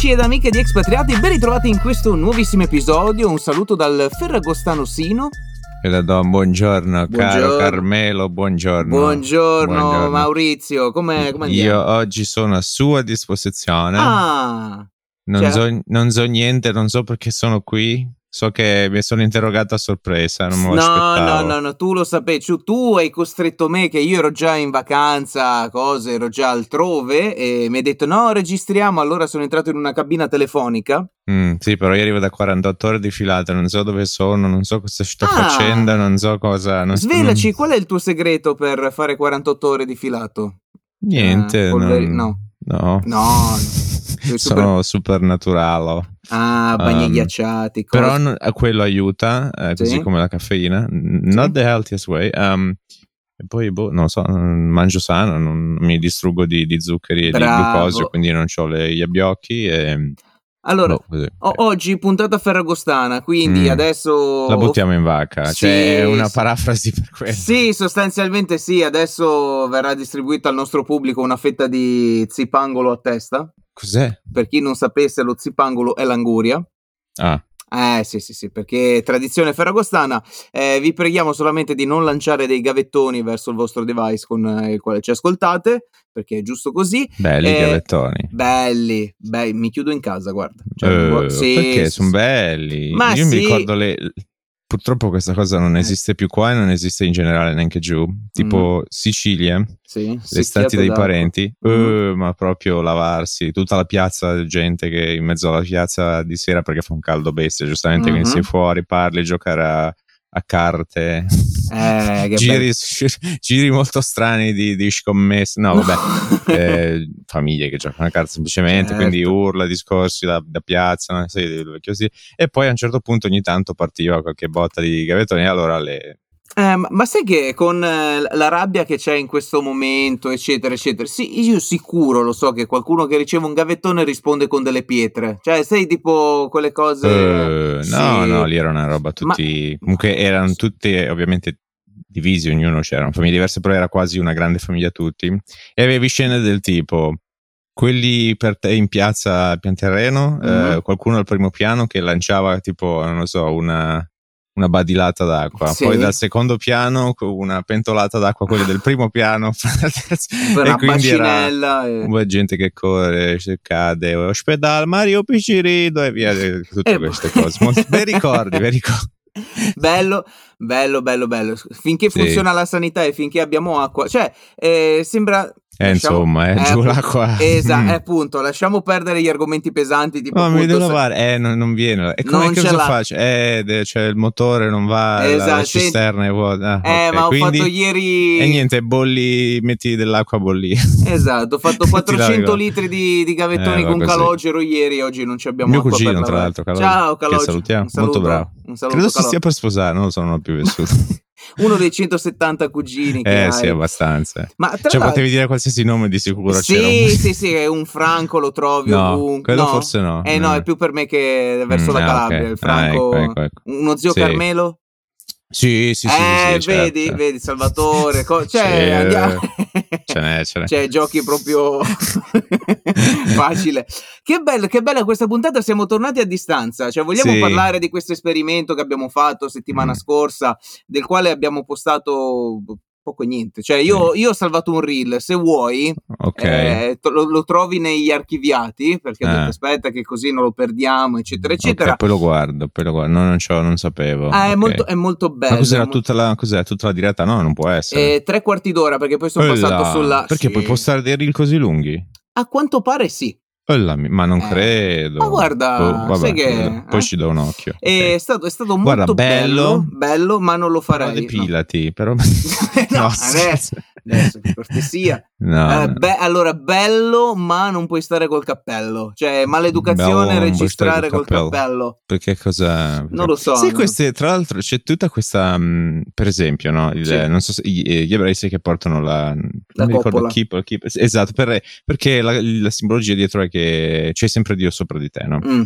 amici ed amiche di Expatriati, ben ritrovati in questo nuovissimo episodio. Un saluto dal ferragostano Sino. E la do buongiorno, caro Carmelo, Buongiorno Maurizio, come andiamo? Io oggi sono a sua disposizione. Non so niente, non so perché sono qui. So che mi sono interrogato a sorpresa, non me lo aspettavo. No, tu lo sapevi, tu hai costretto me che io ero già in vacanza, ero già altrove e mi hai detto no, registriamo, allora sono entrato in una cabina telefonica. Sì, però io arrivo da 48 ore di filata, non so dove sono, non so cosa sto facendo, non so cosa... Svelaci, qual è il tuo segreto per fare 48 ore di filato? Niente, No. Sono super naturale. Bagni ghiacciati, cose. Però quello aiuta, così come la caffeina. Not the healthiest way. E poi, non so, mangio sano, non mi distruggo di zuccheri e di glucosio, quindi non ho gli abbiocchi e... Allora, oggi puntata ferragostana, quindi adesso... La buttiamo in vacca, c'è una parafrasi per quello. Sì, sostanzialmente sì, adesso verrà distribuita al nostro pubblico una fetta di zipangolo a testa. Cos'è? Per chi non sapesse, lo zipangolo è l'anguria. Sì, perché tradizione ferragostana. Vi preghiamo solamente di non lanciare dei gavettoni verso il vostro device con il quale ci ascoltate, perché è giusto così. Belli gavettoni. Belli, mi chiudo in casa, guarda. Perché sono belli. Io mi ricordo purtroppo questa cosa non esiste più qua e non esiste in generale neanche giù. Tipo Sicilia, le estati dei parenti, ma proprio lavarsi, tutta la piazza, gente che in mezzo alla piazza di sera perché fa un caldo bestia, giustamente quindi sei fuori, parli, giocare a carte, giri molto strani di scommesse, famiglie che giocano a carte semplicemente, quindi urla, discorsi da piazza, una serie di così, e poi a un certo punto ogni tanto partiva qualche botta di gavettoni e allora ma sai che con la rabbia che c'è in questo momento, eccetera, eccetera, sì, io sicuro lo so che qualcuno che riceve un gavettone risponde con delle pietre, cioè sei tipo quelle cose... No, lì era una roba comunque erano tutti ovviamente divisi, ognuno c'erano famiglie diverse, però era quasi una grande famiglia tutti, e avevi scene del tipo... quelli per te in piazza pian terreno, qualcuno al primo piano che lanciava tipo, non lo so, una badilata d'acqua, poi dal secondo piano una pentolata d'acqua, quella del primo piano una bacinella gente che corre, cade, ospedale Mario Piccirido e via, tutte queste cose. Bei ricordi. Bello. Finché funziona la sanità e finché abbiamo acqua, cioè sembra giù l'acqua. Esatto, appunto, lasciamo perdere gli argomenti pesanti tipo no, mi devo lavare, non viene. E come cosa faccio? Cioè il motore non va, la cisterna è vuota. Ma ho fatto ieri... E niente, metti dell'acqua a bollire. Esatto, ho fatto 400 litri di gavettoni con calogero ieri, oggi non ci abbiamo acqua. Mio cugino, tra l'altro, Calogero. Ciao Calogero. Che salutiamo, molto bravo. Credo si stia per sposare, non lo so, non l'ho più vissuto. Uno dei 170 cugini che hai. Sì, abbastanza. Ma potevi dire qualsiasi nome, di sicuro sì, è un Franco, lo trovi ovunque. Quello forse no. No, è più per me che verso la Calabria. Okay. Il Franco, ecco. Uno zio Carmelo? Sì, vedi, certo. Vedi, Salvatore, andiamo. Ce n'è. Cioè, giochi proprio facile. Che bella questa puntata, siamo tornati a distanza. Cioè, vogliamo parlare di questo esperimento che abbiamo fatto settimana scorsa, del quale abbiamo postato poco e niente. Cioè, io ho salvato un reel, se vuoi, lo trovi negli archiviati, perché ho detto aspetta che così non lo perdiamo, eccetera, eccetera. Poi lo guardo, non sapevo. È molto bello. Ma tutta la diretta? No, non può essere. 3/4 d'ora, perché poi sono passato sulla... Perché puoi postare dei reel così lunghi? A quanto pare sì. Ma non credo. Ma guarda, sai che poi ci do un occhio. È stato molto bello, ma non lo farei. Depilati, però no, adesso per cortesia. Allora bello, ma non puoi stare col cappello. Cioè, maleducazione registrare col cappello. Perché cosa? Non lo so. Sì, queste, tra l'altro c'è tutta questa per esempio, no? Non so se gli ebrei che portano la keep. Esatto, perché la simbologia dietro è che c'è sempre Dio sopra di te, no?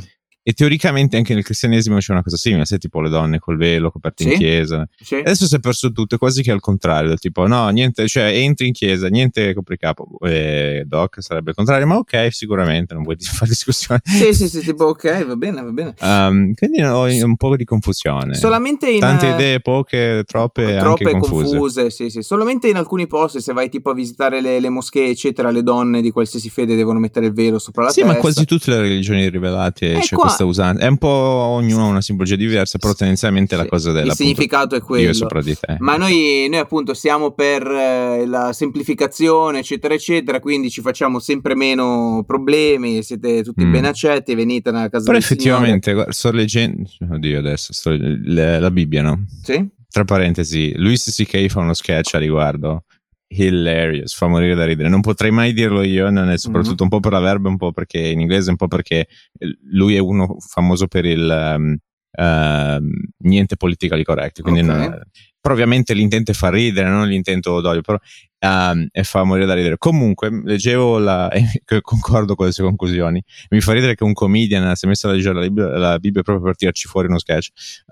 E teoricamente anche nel cristianesimo c'è una cosa simile, sai, tipo le donne col velo coperte in chiesa. Adesso si è perso tutto, è quasi che al contrario, del tipo no, niente, cioè entri in chiesa, niente copricapo. Doc sarebbe il contrario, ma ok, sicuramente, non vuoi fare discussione. Sì, tipo ok, va bene. Quindi ho un po' di confusione. Solamente in tante idee, poche, troppe anche confuse. Sì. Solamente in alcuni posti, se vai tipo a visitare le moschee, eccetera, le donne di qualsiasi fede devono mettere il velo sopra la testa. Sì, ma quasi tutte le religioni rivelate c'è questa usanza. È un po' ognuno ha una simbologia diversa, però tendenzialmente la cosa della, il significato è quello. Io sopra di te. Ma noi appunto siamo per la semplificazione, eccetera, eccetera, quindi ci facciamo sempre meno problemi, siete tutti ben accetti, venite nella casa però del effettivamente, Signore. Sto leggendo, oddio adesso, la Bibbia, no? Sì. Tra parentesi, Louis C.K. fa uno sketch a riguardo. Hilarious, fa morire da ridere. Non potrei mai dirlo io, non è soprattutto un po' per la verba, un po' perché in inglese, un po' perché lui è uno famoso per il niente politically correct, quindi però ovviamente l'intento è far ridere, non l'intento d'odio, però e fa morire da ridere. Comunque leggevo concordo con le sue conclusioni, mi fa ridere che un comedian si è messo a leggere la Bibbia proprio per tirarci fuori uno sketch.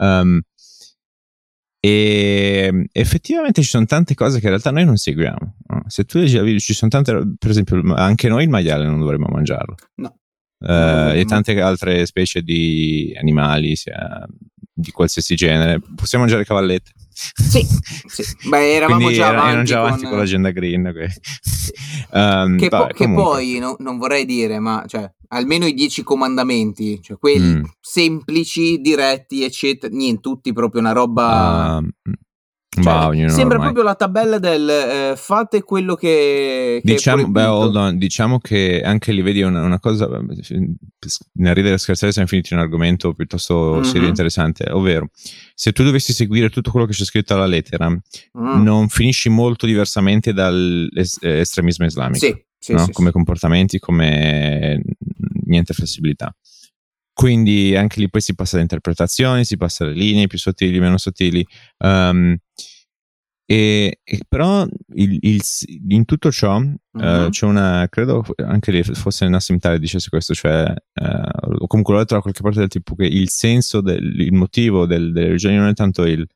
E effettivamente ci sono tante cose che in realtà noi non seguiamo, no? Se tu leggi la Bibbia ci sono tante, per esempio anche noi il maiale non dovremmo mangiarlo, no. E tante altre specie di animali, sia di qualsiasi genere. Possiamo mangiare cavallette? Sì. Beh, eravamo già avanti con l'agenda green. Che poi non vorrei dire, ma cioè almeno i 10 comandamenti, cioè quelli semplici, diretti, eccetera, niente, tutti proprio una roba. Sembra proprio la tabella del fate quello che diciamo che anche lì vedi una cosa, nel ridere e scherzare siamo finiti in un argomento piuttosto serio e interessante, ovvero se tu dovessi seguire tutto quello che c'è scritto alla lettera non finisci molto diversamente dall'estremismo islamico, come comportamenti, come niente flessibilità. Quindi anche lì poi si passa alle interpretazioni, si passa alle linee più sottili, meno sottili, e però in tutto ciò c'è una, credo anche lì fosse Nassim Taleb dicesse questo, cioè o comunque l'ho letto da qualche parte del tipo che il senso il motivo delle religioni non è tanto il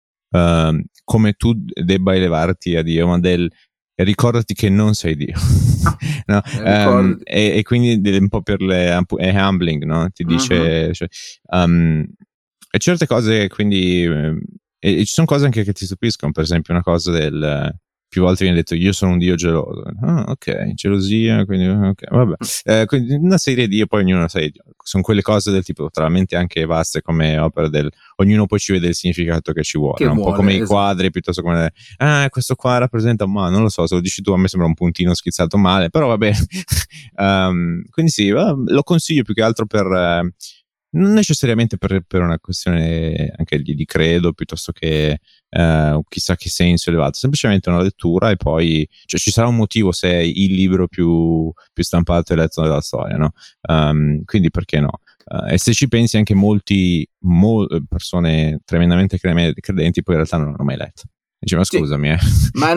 come tu debba elevarti a Dio, ma ricordati che non sei Dio. No? E quindi un po' per è humbling, no? Ti dice cioè, e certe cose quindi e ci sono cose anche che ti stupiscono, per esempio una cosa più volte viene detto io sono un dio geloso, ok, gelosia, quindi vabbè, quindi una serie di, poi ognuno sono quelle cose del tipo talmente anche vaste come opera ognuno poi ci vede il significato che ci vuole, no? Un po' come i quadri, piuttosto come questo qua rappresenta, ma non lo so, se lo dici tu a me sembra un puntino schizzato male, però vabbè. Quindi sì, lo consiglio più che altro per non necessariamente per una questione anche di credo, piuttosto che chissà che senso elevato, semplicemente una lettura, e poi cioè, ci sarà un motivo se è il libro più stampato e letto della storia, no? Quindi perché no? E se ci pensi anche molte persone tremendamente credenti poi in realtà non hanno mai letto. Dice, ma scusami, ma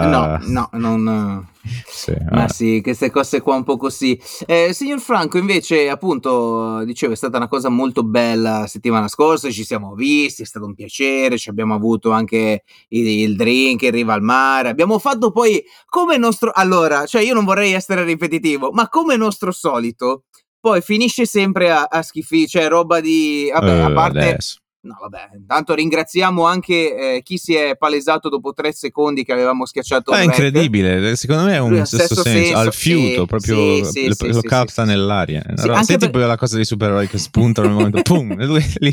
non sì, ma sì, queste cose qua un po' così. Signor Franco, invece, appunto, dicevo, è stata una cosa molto bella la settimana scorsa, ci siamo visti, è stato un piacere, ci abbiamo avuto anche il drink in riva al mare, abbiamo fatto poi come nostro, allora, cioè io non vorrei essere ripetitivo, ma come nostro solito, poi finisce sempre a schifì, cioè roba di, vabbè, a parte adesso. No, vabbè, intanto ringraziamo anche chi si è palesato dopo 3 secondi che avevamo schiacciato il rec. È incredibile, secondo me è un stesso senso, al fiuto, proprio lo capta nell'aria. Senti tipo la cosa dei supereroi che spuntano nel momento, pum, e lui lì.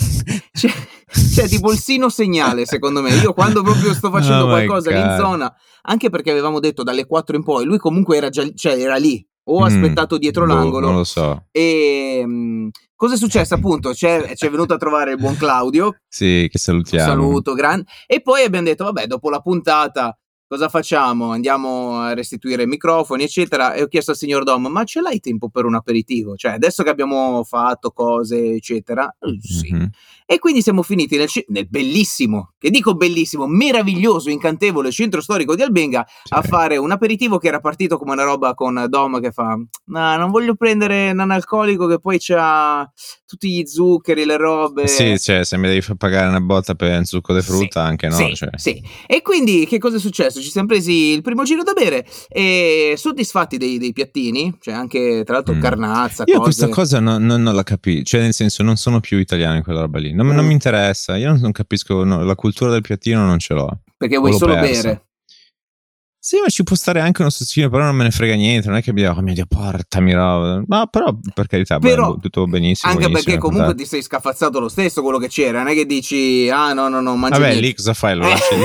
C'è tipo il sino segnale, secondo me. Io quando proprio sto facendo qualcosa lì in zona, anche perché avevamo detto dalle 4 in poi, lui comunque era già, cioè era lì, o aspettato dietro l'angolo. Non lo so. E cosa è successo? Appunto, ci è venuto a trovare il buon Claudio. Sì, che salutiamo. Saluto, grande. E poi abbiamo detto, vabbè, dopo la puntata cosa facciamo? Andiamo a restituire i microfoni, eccetera. E ho chiesto al signor Dom, ma ce l'hai tempo per un aperitivo? Cioè, adesso che abbiamo fatto cose, eccetera? Sì. E quindi siamo finiti nel bellissimo, che dico bellissimo, meraviglioso, incantevole centro storico di Albenga a fare un aperitivo che era partito come una roba con Dom che fa: no, non voglio prendere un analcolico che poi c'ha tutti gli zuccheri, le robe. Sì, cioè se mi devi far pagare una botta per un succo di frutta, anche no. Sì, cioè. sì. E quindi che cosa è successo? Ci siamo presi il primo giro da bere e soddisfatti dei piattini, cioè anche tra l'altro carnazza, io cose. Questa cosa non la capisco, cioè nel senso non sono più italiano in quella roba lì, non mi interessa, io non capisco, la cultura del piattino non ce l'ho. Perché vuoi solo bere. Sì, ma ci può stare anche uno stezzino, però non me ne frega niente, non è che mi dico, oh mio Dio, portami roba. Ma però, per carità, tutto benissimo. Anche perché comunque ti sei scafazzato lo stesso quello che c'era, non è che dici, no, mangi vabbè, niente. lì cosa fai? Lo lasci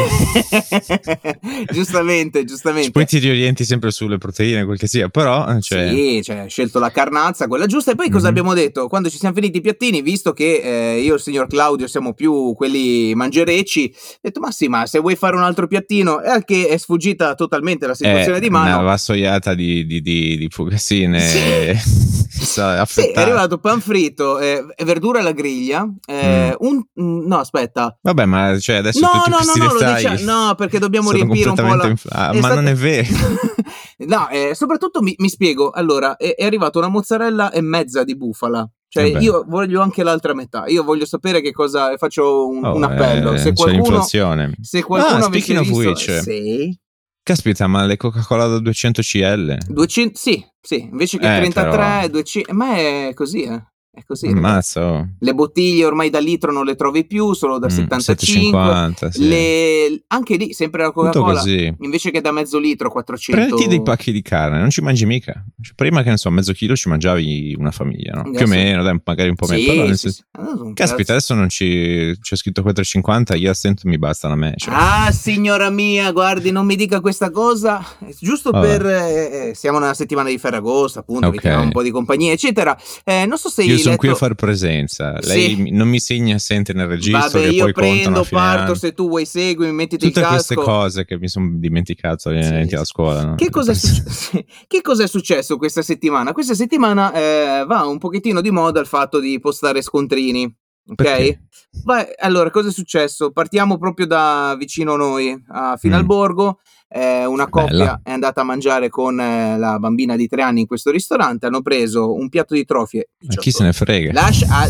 lì? Giustamente. Poi ti riorienti sempre sulle proteine, quel che sia, però... Sì, cioè, hai scelto la carnazza, quella giusta, e poi cosa abbiamo detto? Quando ci siamo finiti i piattini, visto che io e il signor Claudio siamo più quelli mangerecci, ho detto, ma se vuoi fare un altro piattino, è che è sfuggita totalmente la situazione di mano. Una vassoiata di fugassine. Sì, è arrivato pan fritto, verdura alla griglia, no, aspetta. Vabbè, ma cioè adesso tutti questi dettagli no, perché dobbiamo riempire un po' ma non è vero. No, soprattutto mi spiego. Allora, è arrivata una mozzarella e mezza di bufala. Cioè, io voglio anche l'altra metà. Io voglio sapere che cosa. Faccio un appello. Se qualcuno speaking of which, sì. Caspita, ma le Coca-Cola da 200 CL? 200, sì, invece che 33, però... 200, ma è così, È così. Ammazza. Le bottiglie ormai da litro non le trovi più, solo da 75. 7,50, sì. Anche lì, sempre la Coca-Cola, invece che da mezzo litro, 400. Prenditi dei pacchi di carne, non ci mangi mica. Prima che, mezzo chilo ci mangiavi una famiglia, no? Più o meno, dai, magari un po' meno. Sì. Caspita, adesso non c'è scritto 4,50, io a stento mi bastano a me. Cioè. Ah, signora mia, guardi, non mi dica questa cosa. Giusto per... siamo nella settimana di Ferragosto, appunto, mettiamo un po' di compagnia, eccetera. Non so se io sono qui a fare presenza. Lei non mi segna assente nel registro. Vabbè, che io poi prendo, parto, se tu vuoi segui, mettiti tutte il casco. Queste cose che mi sono dimenticato alla scuola. No? Che cosa è successo questa settimana? Questa settimana va un pochettino di moda il fatto di postare scontrini. Ok? Perché? Allora, cosa è successo? Partiamo proprio da vicino noi, a Finalborgo. Una coppia è andata a mangiare con la bambina di 3 anni in questo ristorante. Hanno preso un piatto di trofie. Ma chi se ne frega?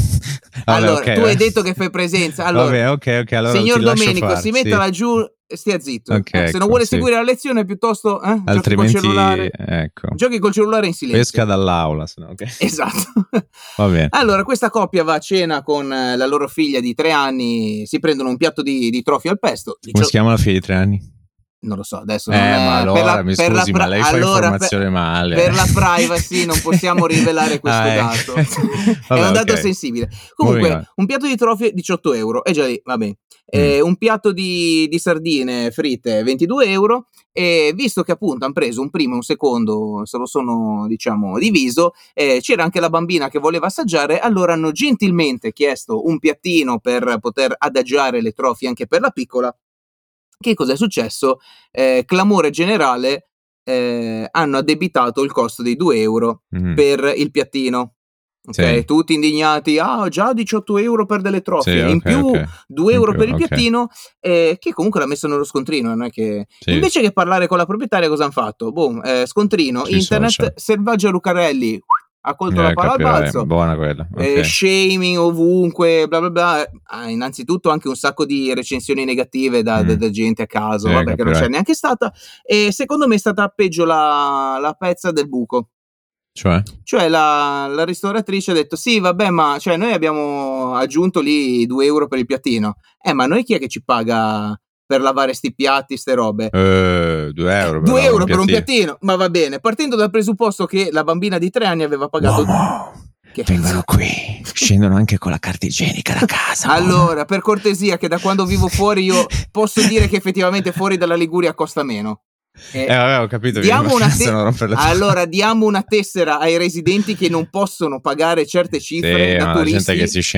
Allora, tu hai detto che fai presenza. Allora, ok. Allora, signor Domenico, si metta laggiù, stia zitto. Se non vuole seguire la lezione, piuttosto altrimenti giochi col cellulare. Ecco. Giochi col cellulare in silenzio. Esca dall'aula, sennò, okay. Esatto. Va bene. Allora, questa coppia va a cena con la loro figlia di 3 anni. Si prendono un piatto di trofie al pesto. Come si chiama la figlia di 3 anni? Non lo so, adesso ma allora mi scusi, ma lei fa informazione male. Per la privacy non possiamo rivelare questo dato. Vabbè, è un dato sensibile. Comunque, un piatto di trofie 18 euro, è già lì, vabbè. Un piatto di sardine fritte 22 euro. E visto che appunto hanno preso un primo e un secondo, se lo sono diviso, c'era anche la bambina che voleva assaggiare, allora hanno gentilmente chiesto un piattino per poter adagiare le trofie anche per la piccola. Che cosa è successo? Clamore generale, hanno addebitato il costo dei 2 euro per il piattino. Ok, sì. Tutti indignati, già 18 euro per delle trofie, in più 2 euro per il piattino, che comunque l'ha messo nello scontrino, non è che... Invece che parlare con la proprietaria, cosa hanno fatto? Boom, scontrino, internet, Selvaggia Lucarelli, ha colto la palla al balzo, buona quella. Shaming ovunque, bla bla bla. Innanzitutto anche un sacco di recensioni negative da gente a caso, perché non c'è neanche stata. E secondo me è stata peggio la pezza del buco. Cioè la ristoratrice ha detto sì, vabbè, ma cioè noi abbiamo aggiunto lì 2 euro per il piattino. Ma noi chi è che ci paga per lavare sti piatti, ste robe? 2 euro. 2 euro per un piattino, ma va bene, partendo dal presupposto che la bambina di 3 anni aveva pagato... Vengono qui, scendono anche con la carta igienica da casa. Allora, per cortesia, che da quando vivo fuori io posso dire che effettivamente fuori dalla Liguria costa meno. Vabbè, ho capito. Allora diamo una tessera ai residenti che non possono pagare certe cifre da turisti. La gente che si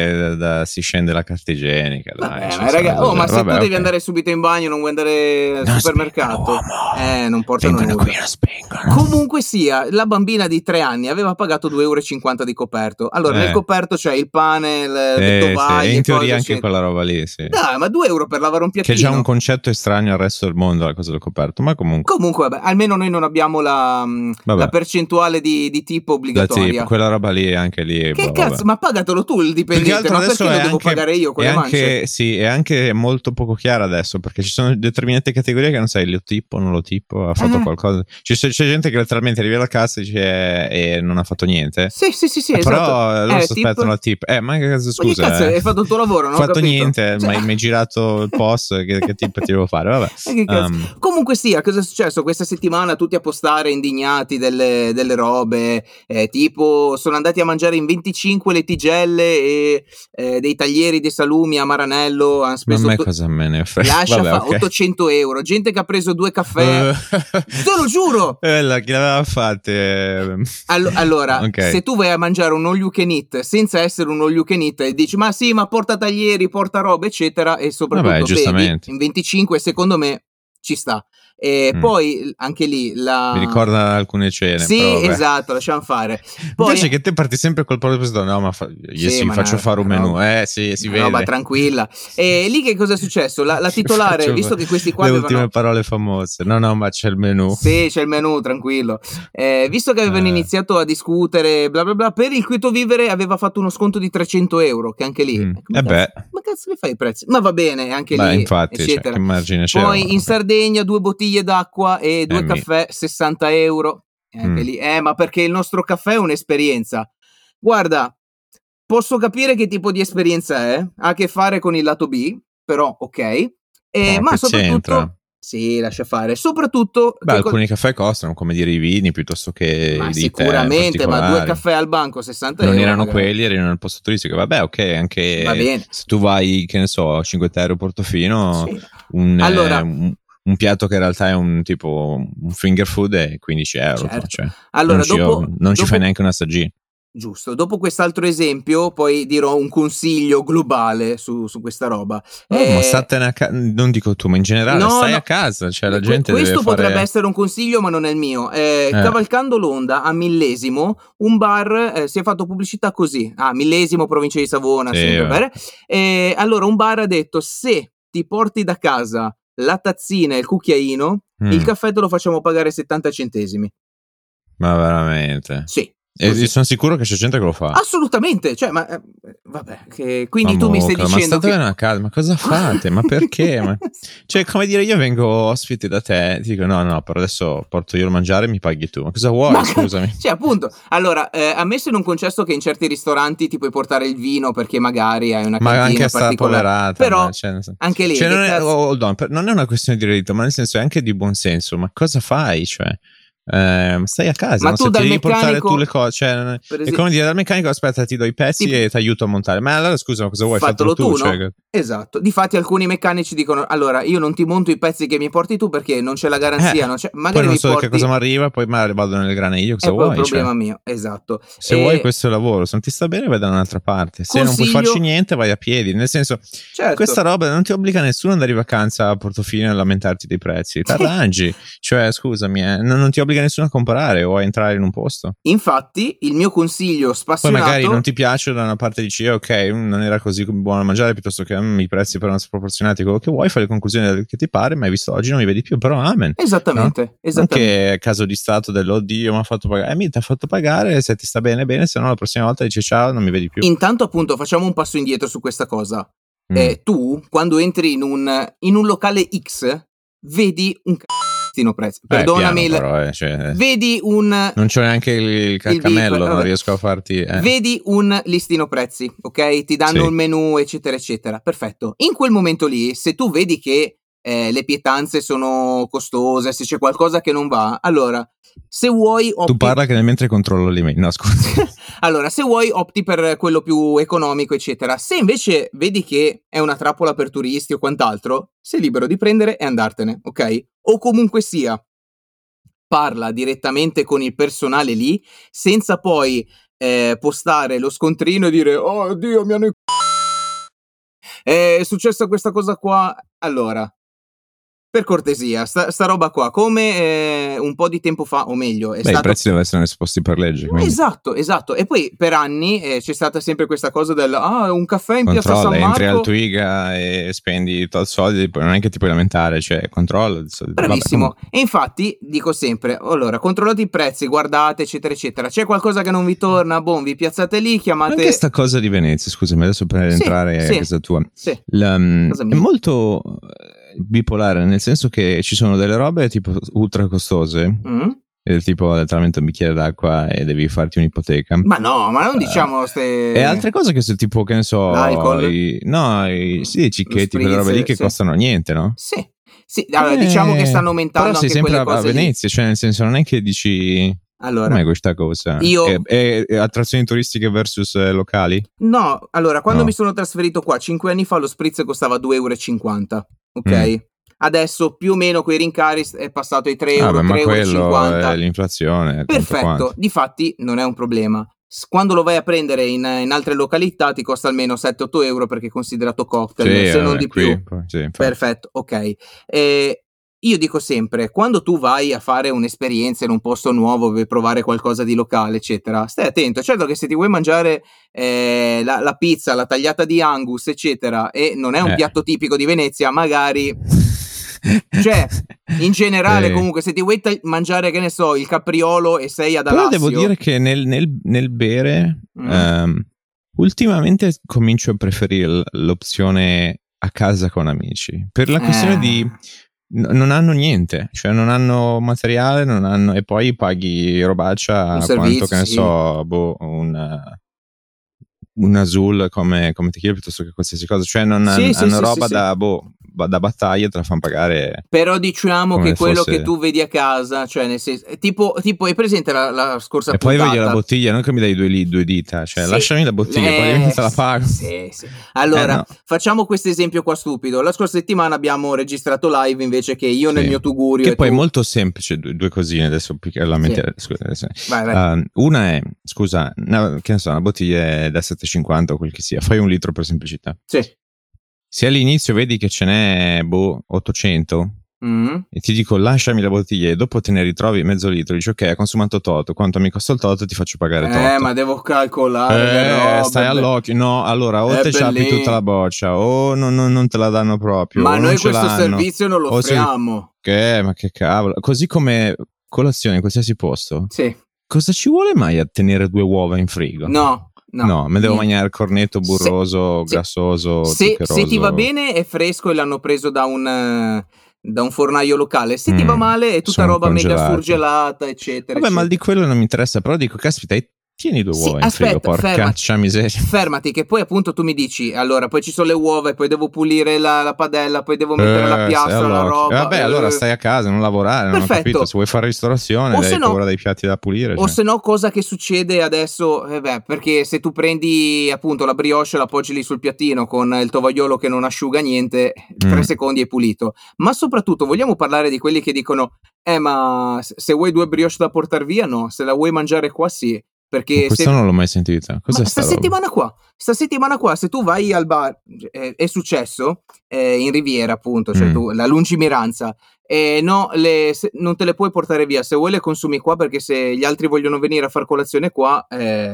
scende la carta igienica. Vabbè, ma se tu devi andare subito in bagno, non vuoi andare al supermercato, non portano nulla. Qui non spengono. Comunque sia, la bambina di 3 anni aveva pagato 2,50 € di coperto. Allora nel coperto c'è il pane, le tovaglie, in teoria anche quella roba lì, sì. Dai, ma 2 € per lavare un piattino, che è già un concetto estraneo al resto del mondo, la cosa del coperto, ma comunque vabbè, almeno noi non abbiamo la percentuale di tipo obbligatoria. Quella roba lì, anche lì. Che cazzo, ma pagatelo tu il dipendente, ma perché lo devo pagare io con le mance? Sì, è anche molto poco chiaro adesso, perché ci sono determinate categorie che non sai, lo tipo, non lo tipo, ha fatto qualcosa. C'è gente che letteralmente arriva alla cassa e dice e non ha fatto niente. Sì, esatto. Però loro si aspettano la tip. Ma che cazzo, scusa. Ma che cazzo, hai fatto il tuo lavoro, non ho fatto capito. niente, ma mi hai girato il post, che tip ti devo fare? Vabbè. Comunque sia, cosa è successo questa settimana? Tutti a postare indignati delle robe, tipo sono andati a mangiare in 25 le tigelle e dei taglieri dei salumi a Maranello, hanno speso cosa me ne frega. Lascia okay. 800 €, gente che ha preso 2 caffè, te lo giuro. Chi l'aveva fatte? Allora, okay. Se tu vai a mangiare un all you can eat senza essere un all you can eat e dici ma sì, ma porta taglieri, porta roba eccetera, e soprattutto bevi in 25, secondo me ci sta. Poi anche lì mi ricorda alcune cene. Sì, esatto, lasciamo fare. Poi invece che te parti sempre col proposito, no, ma faccio fare un menù. Si vede. Roba tranquilla. E lì che cosa è successo? La titolare, visto che questi qua le ultime parole famose. No, ma c'è il menù. Sì, c'è il menù, tranquillo. Visto che avevano iniziato a discutere bla bla bla, per il quieto vivere aveva fatto uno sconto di 300 €, che anche lì ma cazzo ne fai i prezzi? Ma va bene, anche lì infatti, eccetera. Che margine c'era. Poi in Sardegna 2 bottiglie d'acqua e 2 caffè 60 €. Anche lì, ma perché il nostro caffè è un'esperienza. Guarda, posso capire che tipo di esperienza è, ha a che fare con il lato B, però ok. Ma soprattutto c'entra? Sì, lascia fare. Soprattutto alcuni caffè costano, come dire i vini piuttosto che ma di sicuramente, ma 2 caffè al banco 60 €. Non erano quelli, erano nel posto turistico. Vabbè, ok, anche va bene. Se tu vai, che ne so, 5 € Portofino, sì. Un piatto che in realtà è un finger food è 15 €. Certo. Cioè, allora, non ci fai neanche un assaggino. Giusto, dopo quest'altro esempio poi dirò un consiglio globale su questa roba. Ma statene a casa, non dico tu, ma in generale stai a casa, cioè la gente questo deve potrebbe essere un consiglio, ma non è il mio. Cavalcando l'onda a Millesimo, un bar si è fatto pubblicità così, Millesimo, provincia di Savona, sempre bene. Allora un bar ha detto: se ti porti da casa la tazzina e il cucchiaino, il caffè te lo facciamo pagare 70 centesimi. Ma veramente? Sì. E sono sicuro che c'è gente che lo fa. Assolutamente, cioè, ma vabbè, quindi tu mi stai dicendo ma cosa fate? Ma perché? Cioè, come dire, io vengo ospite da te, ti dico no, però adesso porto io a mangiare e mi paghi tu. Ma cosa vuoi, scusami? Cioè, appunto, allora, ammesso in un concesso che in certi ristoranti ti puoi portare il vino perché magari hai una cantina anche particolare, poverata, però anche lì non è una questione di reddito, ma nel senso è anche di buon senso. Ma cosa fai, cioè? Stai a casa, ma tu dal devi meccanico, portare tu le cose, cioè, è come dire dal meccanico aspetta ti do i pezzi e ti aiuto a montare, ma allora scusa cosa vuoi, fatelo tu, no? Cioè... Esatto, difatti alcuni meccanici dicono allora io non ti monto i pezzi che mi porti tu perché non c'è la garanzia, non c'è, magari poi non so porti... che cosa mi arriva, poi magari vado nel granaio, cosa vuoi? È un problema mio, esatto. Se vuoi questo è il lavoro, se non ti sta bene vai da un'altra parte, se non puoi farci niente vai a piedi, nel senso questa roba non ti obbliga nessuno ad andare in vacanza a Portofino e lamentarti dei prezzi, ti arrangi, cioè scusami, non ti obbliga nessuno a comprare o a entrare in un posto. Infatti il mio consiglio spassionato, poi magari non ti piace, da una parte dici ok non era così buono da mangiare, piuttosto che i prezzi però non sproporzionati, quello che vuoi, fai le conclusioni che ti pare, ma hai visto oggi non mi vedi più, però amen. Esattamente. Anche caso di stato dell'oddio mi ha fatto pagare, mi ti ha fatto pagare, se ti sta bene, se no la prossima volta dici ciao, non mi vedi più. Intanto appunto facciamo un passo indietro su questa cosa. Tu quando entri in un locale X vedi un prezzo, perdonami, vedi non c'ho neanche il caccamello, non riesco a farti vedi un listino prezzi, ok? Ti danno un menù eccetera eccetera, perfetto. In quel momento lì, se tu vedi che le pietanze sono costose, se c'è qualcosa che non va, allora se vuoi tu parla che mentre controllo l'email, no scusa. Allora se vuoi opti per quello più economico eccetera, se invece vedi che è una trappola per turisti o quant'altro, sei libero di prendere e andartene, ok? O comunque sia, parla direttamente con il personale lì, senza poi postare lo scontrino e dire oh Dio, mi hanno è successa questa cosa qua. Allora, per cortesia, sta roba qua, come un po' di tempo fa, o meglio, i prezzi devono essere esposti per legge. Quindi. Esatto. E poi per anni c'è stata sempre questa cosa del un caffè in Piazza San Marco. Entri al Twiga e spendi tot soldi, non è che ti puoi lamentare, cioè controlla. Bravissimo. Vabbè. E infatti dico sempre, allora, controllate i prezzi, guardate, eccetera, eccetera. C'è qualcosa che non vi torna, vi piazzate lì, chiamate... Anche sta cosa di Venezia, scusami, adesso per entrare a casa tua. Sì. È molto bipolare, nel senso che ci sono delle robe tipo ultra costose, tipo letteralmente un bicchiere d'acqua e devi farti un'ipoteca. Ma no, ma non diciamo e altre cose che se tipo, che ne so, i cicchetti, quelle robe lì che costano niente, no? Sì, allora diciamo che stanno aumentando però anche sei sempre quelle cose a Venezia, cioè nel senso non è che dici... Allora, com'è questa cosa? E attrazioni turistiche versus locali? No, allora, quando mi sono trasferito qua 5 anni fa lo spritz costava 2,50 euro, ok? Adesso più o meno quei rincari è passato ai 3 euro, 3,50 euro. È l'inflazione. Perfetto, difatti non è un problema. Quando lo vai a prendere in altre località ti costa almeno 7-8 euro perché è considerato cocktail, se non di più. Sì, perfetto, ok. Io dico sempre, quando tu vai a fare un'esperienza in un posto nuovo per provare qualcosa di locale, eccetera, stai attento. Certo che se ti vuoi mangiare la pizza, la tagliata di Angus, eccetera, e non è un piatto tipico di Venezia, magari... cioè, in generale, comunque, se ti vuoi mangiare, che ne so, il capriolo e sei ad Alassio... Però devo dire che nel bere, ultimamente comincio a preferire l'opzione a casa con amici. Per la questione di... non hanno niente, cioè non hanno materiale, non hanno, e poi paghi robaccia quanto, che ne so, un Azul come tequila piuttosto che qualsiasi cosa, cioè non hanno roba da battaglia, te la fanno pagare. Però diciamo che quello che tu vedi a casa, cioè nel senso, tipo hai presente la scorsa e puntata? E poi vedi la bottiglia, non che mi dai due dita, cioè lasciami la bottiglia, poi te la pago. Sì. Allora, facciamo questo esempio qua stupido. La scorsa settimana abbiamo registrato live invece che io nel mio tugurio. Che poi è molto semplice, due cosine adesso la mente. Vai. Una è, scusa, che ne so, una bottiglia da 7,50 o quel che sia, fai un litro per semplicità. Sì. Se all'inizio vedi che ce n'è 800 e ti dico lasciami la bottiglia e dopo te ne ritrovi mezzo litro, dici ok, hai consumato tot, quanto mi costa il tot, ti faccio pagare tot. Ma devo calcolare stai all'occhio. No, allora o te ciappi tutta la boccia o non te la danno proprio, ma noi questo servizio non lo offriamo. Ma che cavolo. Così come colazione in qualsiasi posto. Sì. Cosa ci vuole mai a tenere 2 uova in frigo? No, me devo mangiare il cornetto burroso, grassoso, zuccheroso. Se ti va bene è fresco e l'hanno preso da un fornaio locale. Se ti va male è tutta roba mega surgelata, eccetera. Vabbè, ma di quello non mi interessa, però dico, caspita, tieni 2 uova in frigo, porcaccia miseria. Fermati, che poi appunto tu mi dici, allora poi ci sono le uova e poi devo pulire la padella, poi devo mettere la piastra, la roba. Vabbè, allora stai a casa, non lavorare, non ho capito. Se vuoi fare ristorazione, hai paura dei piatti da pulire. O se no, cosa che succede adesso, perché se tu prendi appunto la brioche, la appoggi lì sul piattino con il tovagliolo che non asciuga niente, 3 secondi è pulito. Ma soprattutto vogliamo parlare di quelli che dicono, ma se vuoi 2 brioche da portare via, no, se la vuoi mangiare qua sì. Perché questo non l'ho mai sentita. Cos'è sta settimana qua, se tu vai al bar, è successo in Riviera, appunto, cioè tu, la lungimiranza, non te le puoi portare via. Se vuoi le consumi qua, perché se gli altri vogliono venire a far colazione qua,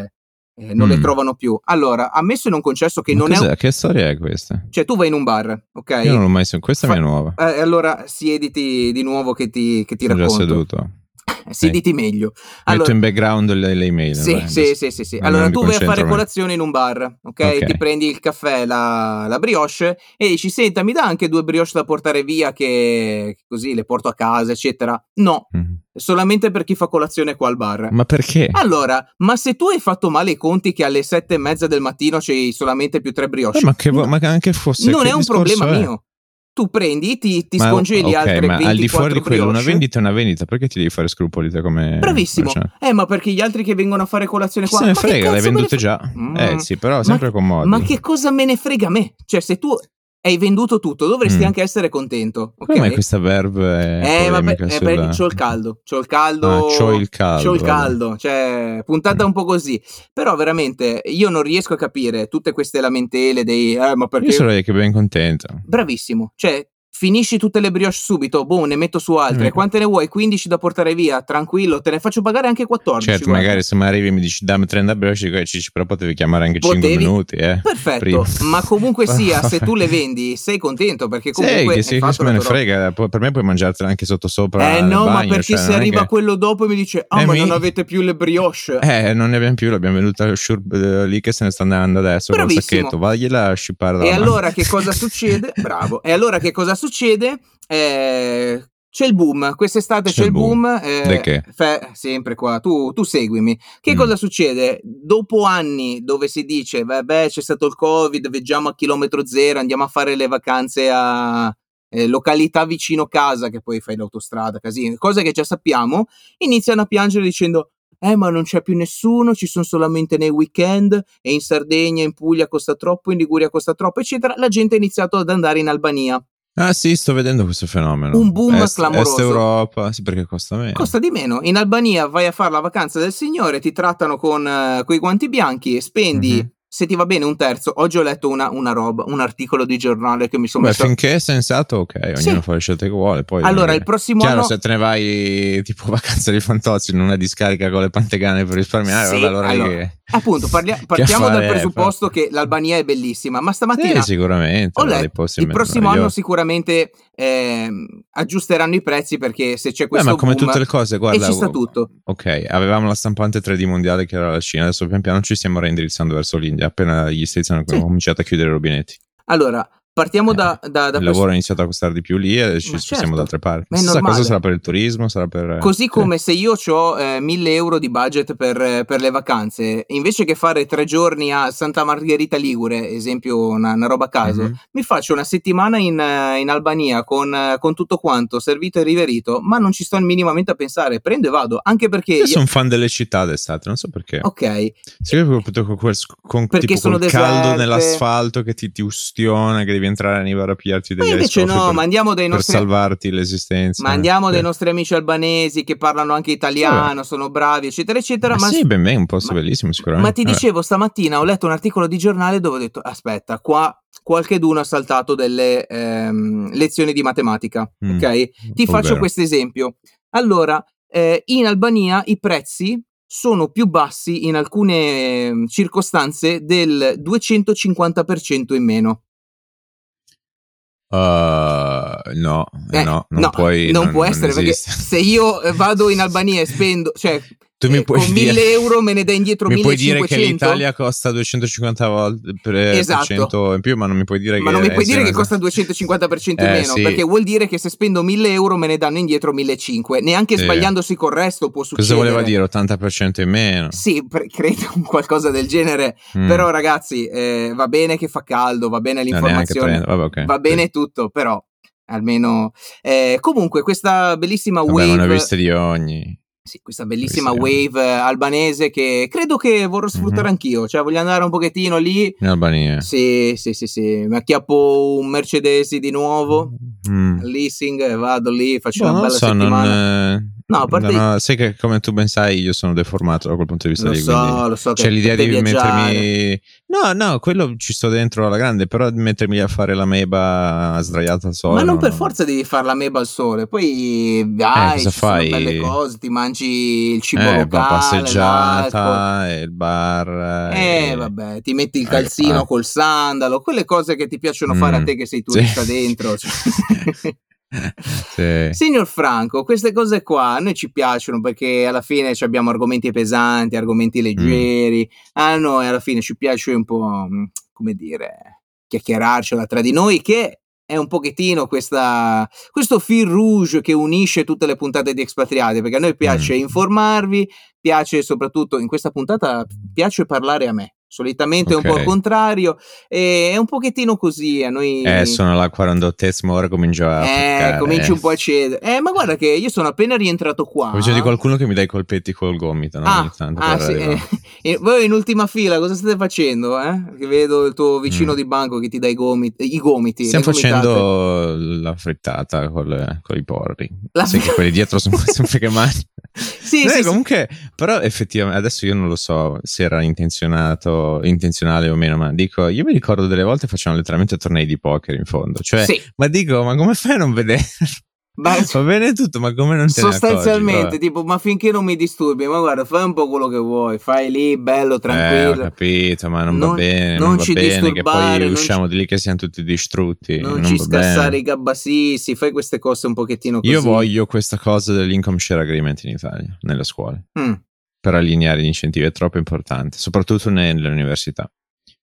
non le trovano più. Allora, ammesso e non concesso che che storia è questa? Cioè tu vai in un bar, ok? Io non l'ho mai sentita, questa è mia nuova. Allora siediti di nuovo che ti racconto. Sono già seduto. Siediti meglio. Metto in background le email. Sì. Allora tu vai a fare colazione in un bar, ok? Ti prendi il caffè, la brioche e dici, senta, mi dà anche 2 brioche da portare via che così le porto a casa, eccetera. No, solamente per chi fa colazione qua al bar. Ma perché? Allora, ma se tu hai fatto male i conti che alle 7:30 del mattino c'hai solamente più 3 brioche, ma anche fosse, non è un problema mio. Tu prendi, ti scongeli altre 24 ma al di fuori di quello, brioche. Una vendita è una vendita, perché ti devi fare scrupoli te come... Bravissimo. Ma perché gli altri che vengono a fare colazione qua... Se ne frega, le hai vendute già. Sì, però sempre con modi. Ma che cosa me ne frega a me? Cioè, se tu hai venduto tutto, dovresti anche essere contento. Okay? Come questa verve vabbè, c'ho il caldo. C'ho il caldo, cioè puntata un po' così. Però veramente io non riesco a capire tutte queste lamentele dei ma perché. Io sarei che ben contento. Bravissimo, cioè finisci tutte le brioche subito, boh, ne metto su altre. Quante ne vuoi? 15 da portare via, tranquillo, te ne faccio pagare anche 14. Certo, guarda. Magari se mi arrivi e mi dici dammi 30 brioche, però potevi chiamare anche 5 minuti. Perfetto, prima. ma comunque sia, se tu le vendi sei contento perché comunque che me ne frega, per me puoi mangiartela anche sopra no, bagno, ma perché se arriva quello dopo e mi dice ma non avete più le brioche. Non ne abbiamo più, l'abbiamo venuta lì che se ne sta andando adesso. Bravissimo. Col sacchetto, vagliela a scippare da allora che cosa succede? Bravo. E allora che cosa succede? C'è il boom, quest'estate c'è il boom. Che? Sempre qua, tu seguimi. Che cosa succede? Dopo anni dove si dice vabbè c'è stato il Covid, viaggiamo a chilometro zero, andiamo a fare le vacanze a località vicino casa, che poi fai l'autostrada, casino, cose che già sappiamo, iniziano a piangere dicendo ma non c'è più nessuno, ci sono solamente nei weekend, e in Sardegna, in Puglia costa troppo, in Liguria costa troppo, eccetera. La gente ha iniziato ad andare in Albania. Ah sì, sto vedendo questo fenomeno. Un boom clamoroso. Est Europa, sì, perché costa meno. Costa di meno. In Albania vai a fare la vacanza del Signore, ti trattano con i guanti bianchi e spendi, se ti va bene, un terzo. Oggi ho letto una roba, un articolo di giornale che mi sono messo. Finché è sensato, ok, ognuno fa le scelte che vuole. Poi allora il prossimo anno, se te ne vai tipo vacanza di Fantozzi in una discarica con le pantegane per risparmiare, appunto partiamo dal presupposto che l'Albania è bellissima, ma stamattina sicuramente ho letto, il prossimo anno sicuramente aggiusteranno i prezzi, perché se c'è questo ma come boom, tutte le cose, guarda, e ci sta tutto. Ok, avevamo la stampante 3D mondiale che era la Cina, adesso pian piano ci stiamo reindirizzando verso l'India, appena gli Stati hanno cominciato a chiudere i rubinetti. Allora partiamo da il lavoro ha iniziato a costare di più lì e ci spostiamo da altre parti. Ma stessa cosa sarà per il turismo, sarà per così come se io ho 1.000 euro di budget per le vacanze, invece che fare 3 giorni a Santa Margherita Ligure, esempio una roba a caso, mi faccio una settimana in Albania con tutto quanto servito e riverito, ma non ci sto minimamente a pensare, prendo e vado, anche perché io sono fan delle città d'estate, non so perché. Ok, perché tipo sono col caldo nell'asfalto che ti ustiona, che devi entrare a Nivar a pigliarti degli invece no, ma andiamo dai nostri, per salvarti l'esistenza. Ma andiamo dai nostri amici albanesi che parlano anche italiano, sono bravi, eccetera eccetera. Ma sì, ben un posto bellissimo sicuramente. Ma ti dicevo, stamattina ho letto un articolo di giornale dove ho detto aspetta, qua qualcheduno ha saltato delle lezioni di matematica, ok? Ti faccio questo esempio. Allora, in Albania i prezzi sono più bassi in alcune circostanze del 250% in meno. No, non può essere, perché se io vado in Albania e spendo, cioè tu mi puoi con 1.000 euro me ne dai indietro 1.500. Mi puoi dire che l'Italia costa 250 volte per cento in più, ma non mi puoi dire che costa 250% in meno, perché vuol dire che se spendo 1.000 euro me ne danno indietro 1.500, neanche sbagliandosi col resto può succedere. Cosa voleva dire 80% in meno? Sì, credo qualcosa del genere. Però ragazzi, va bene che fa caldo, va bene l'informazione, va bene tutto, però almeno comunque questa bellissima wave, ma ne ho viste di ogni. Sì, questa bellissima wave albanese che credo che vorrò sfruttare anch'io, cioè voglio andare un pochettino lì in Albania. Sì, mi acchiappo un Mercedes di nuovo al leasing e vado lì, faccio una bella settimana. No, a parte sai che come tu ben sai io sono deformato da quel punto di vista lì, lo so c'è l'idea di mettermi quello ci sto dentro alla grande, però mettermi a fare la meba sdraiata al sole, ma non per forza devi fare la meba al sole, poi vai, ci fai? Sono belle cose, ti mangi il cibo locale, la passeggiata e il bar vabbè, ti metti il calzino col sandalo, quelle cose che ti piacciono fare a te che sei turista dentro, cioè. Signor Franco, queste cose qua a noi ci piacciono perché alla fine abbiamo argomenti pesanti, argomenti leggeri, a noi alla fine ci piace un po', come dire, chiacchierarcela tra di noi, che è un pochettino questo fil rouge che unisce tutte le puntate di Expatriati, perché a noi piace informarvi, piace soprattutto in questa puntata piace parlare a me. Solitamente è un po' al contrario, è un pochettino così a noi. Sono alla 48esima ora, comincio a cominci un po' a cedere. Ma guarda che io sono appena rientrato qua. Ho bisogno di qualcuno che mi dà i colpetti col gomito, no? Ogni tanto sì. Voi in ultima fila cosa state facendo? Che vedo il tuo vicino di banco che ti dà i gomiti. Stiamo facendo la frittata con i porri. Sai che quelli dietro sono sempre che mangiano. Sì, comunque, però effettivamente adesso io non lo so se era intenzionale o meno, ma dico, io mi ricordo delle volte facevano letteralmente tornei di poker in fondo, cioè, ma dico, ma come fai a non vedere? Va bene tutto, ma come non te ne accorgi? Sostanzialmente, tipo, ma finché non mi disturbi, ma guarda, fai un po' quello che vuoi, fai lì, bello, tranquillo. Ho capito, ma non va bene, non va bene che poi usciamo di lì che siamo tutti distrutti. Non ci scassare i gabbasissi, fai queste cose un pochettino così. Io voglio questa cosa dell'income share agreement in Italia, nelle scuole, per allineare gli incentivi, è troppo importante, soprattutto nelle università.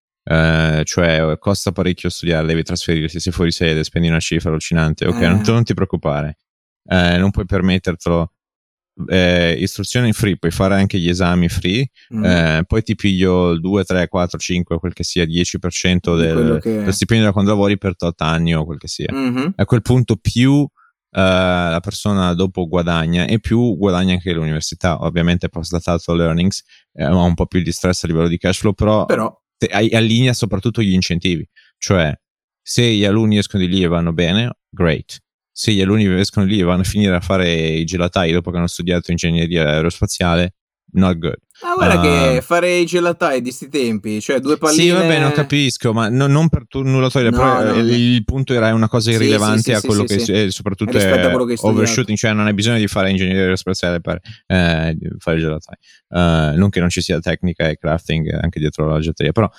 Cioè costa parecchio studiare, devi trasferirti, sei fuori sede, spendi una cifra allucinante, ok, non ti preoccupare, non puoi permettertelo, istruzioni free, puoi fare anche gli esami free, poi ti piglio il 2, 3, 4, 5, quel che sia, 10% dello stipendio da quando lavori per 8 anni o quel che sia. A quel punto più la persona dopo guadagna e più guadagna anche l'università, ovviamente post datato learnings, ha un po' più di stress a livello di cash flow, però allinea soprattutto gli incentivi, cioè se gli alunni escono di lì e vanno bene, great. Se gli alunni escono lì e vanno a finire a fare i gelatai dopo che hanno studiato ingegneria aerospaziale, not good. Guarda che fare i gelatai di sti tempi, cioè 2 palline. Sì, va bene, lo capisco, ma non per nulla togliere, però il punto era una cosa irrilevante a quello che soprattutto è overshooting, cioè non hai bisogno di fare ingegneria aerospaziale per fare i gelatai. Non che non ci sia tecnica e crafting anche dietro la gelateria, però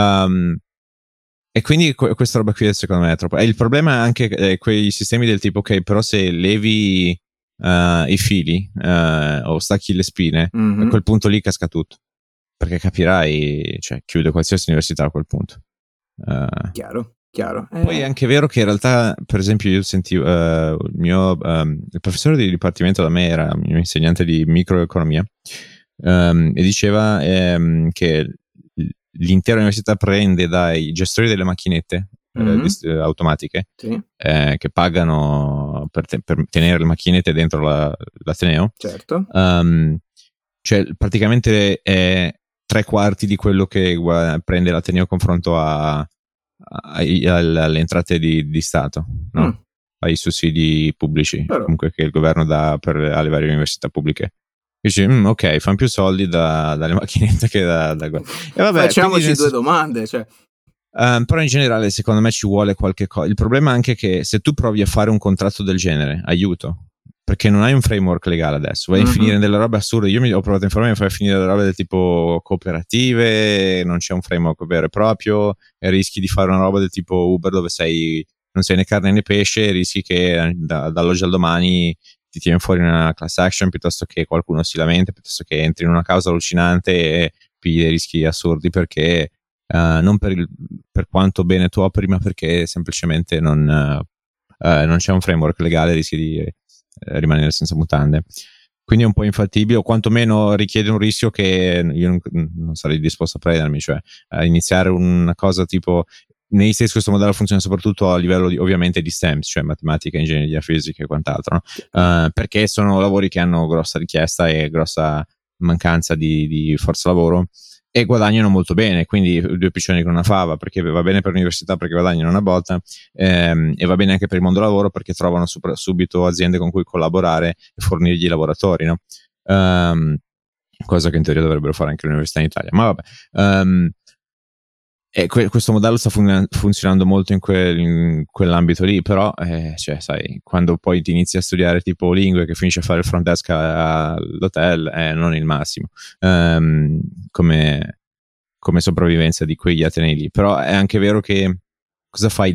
e quindi questa roba qui secondo me è troppo. E il problema è anche quei sistemi del tipo, ok, però se levi i fili o stacchi le spine, a quel punto lì casca tutto, perché capirai, cioè chiude qualsiasi università a quel punto. Chiaro. Poi è anche vero che in realtà, per esempio, io sentivo il professore di dipartimento da me era il mio insegnante di microeconomia, e diceva che l'intera università prende dai gestori delle macchinette automatiche, che pagano per tenere le macchinette dentro l'Ateneo. Certo. Cioè praticamente è 3/4 di quello che prende l'Ateneo confronto alle entrate di Stato, no? Ai sussidi pubblici, comunque che il governo dà alle varie università pubbliche. Dici, ok, fanno più soldi dalle macchinette che da e vabbè, facciamoci 2 domande, cioè. Però in generale secondo me ci vuole qualche cosa. Il problema è anche che se tu provi a fare un contratto del genere, aiuto, perché non hai un framework legale adesso, vai a finire delle robe assurde. Io ho provato a informarmi, fai finire delle robe del tipo cooperative, non c'è un framework vero e proprio, e rischi di fare una roba del tipo Uber dove non sei né carne né pesce, rischi che dall'oggi al domani ti tieni fuori una class action, piuttosto che qualcuno si lamenta, piuttosto che entri in una causa allucinante e pigli dei rischi assurdi, perché non per quanto bene tu operi, ma perché semplicemente non c'è un framework legale, rischi di rimanere senza mutande. Quindi è un po' infattibile, o quantomeno richiede un rischio che io non sarei disposto a prendermi, cioè iniziare una cosa tipo. Negli States questo modello funziona soprattutto a livello ovviamente di STEM, cioè matematica, ingegneria, fisica e quant'altro, no? Perché sono lavori che hanno grossa richiesta e grossa mancanza di forza lavoro e guadagnano molto bene, quindi 2 piccioni con una fava, perché va bene per l'università perché guadagnano una botta, e va bene anche per il mondo lavoro perché trovano subito aziende con cui collaborare e fornirgli i lavoratori, no? Cosa che in teoria dovrebbero fare anche le università in Italia, ma vabbè. E questo modello sta funzionando molto in quell'ambito lì, però cioè, sai, quando poi ti inizi a studiare tipo lingue, che finisci a fare il front desk all'hotel, è non il massimo come sopravvivenza di quegli atenei lì. Però è anche vero che cosa fai?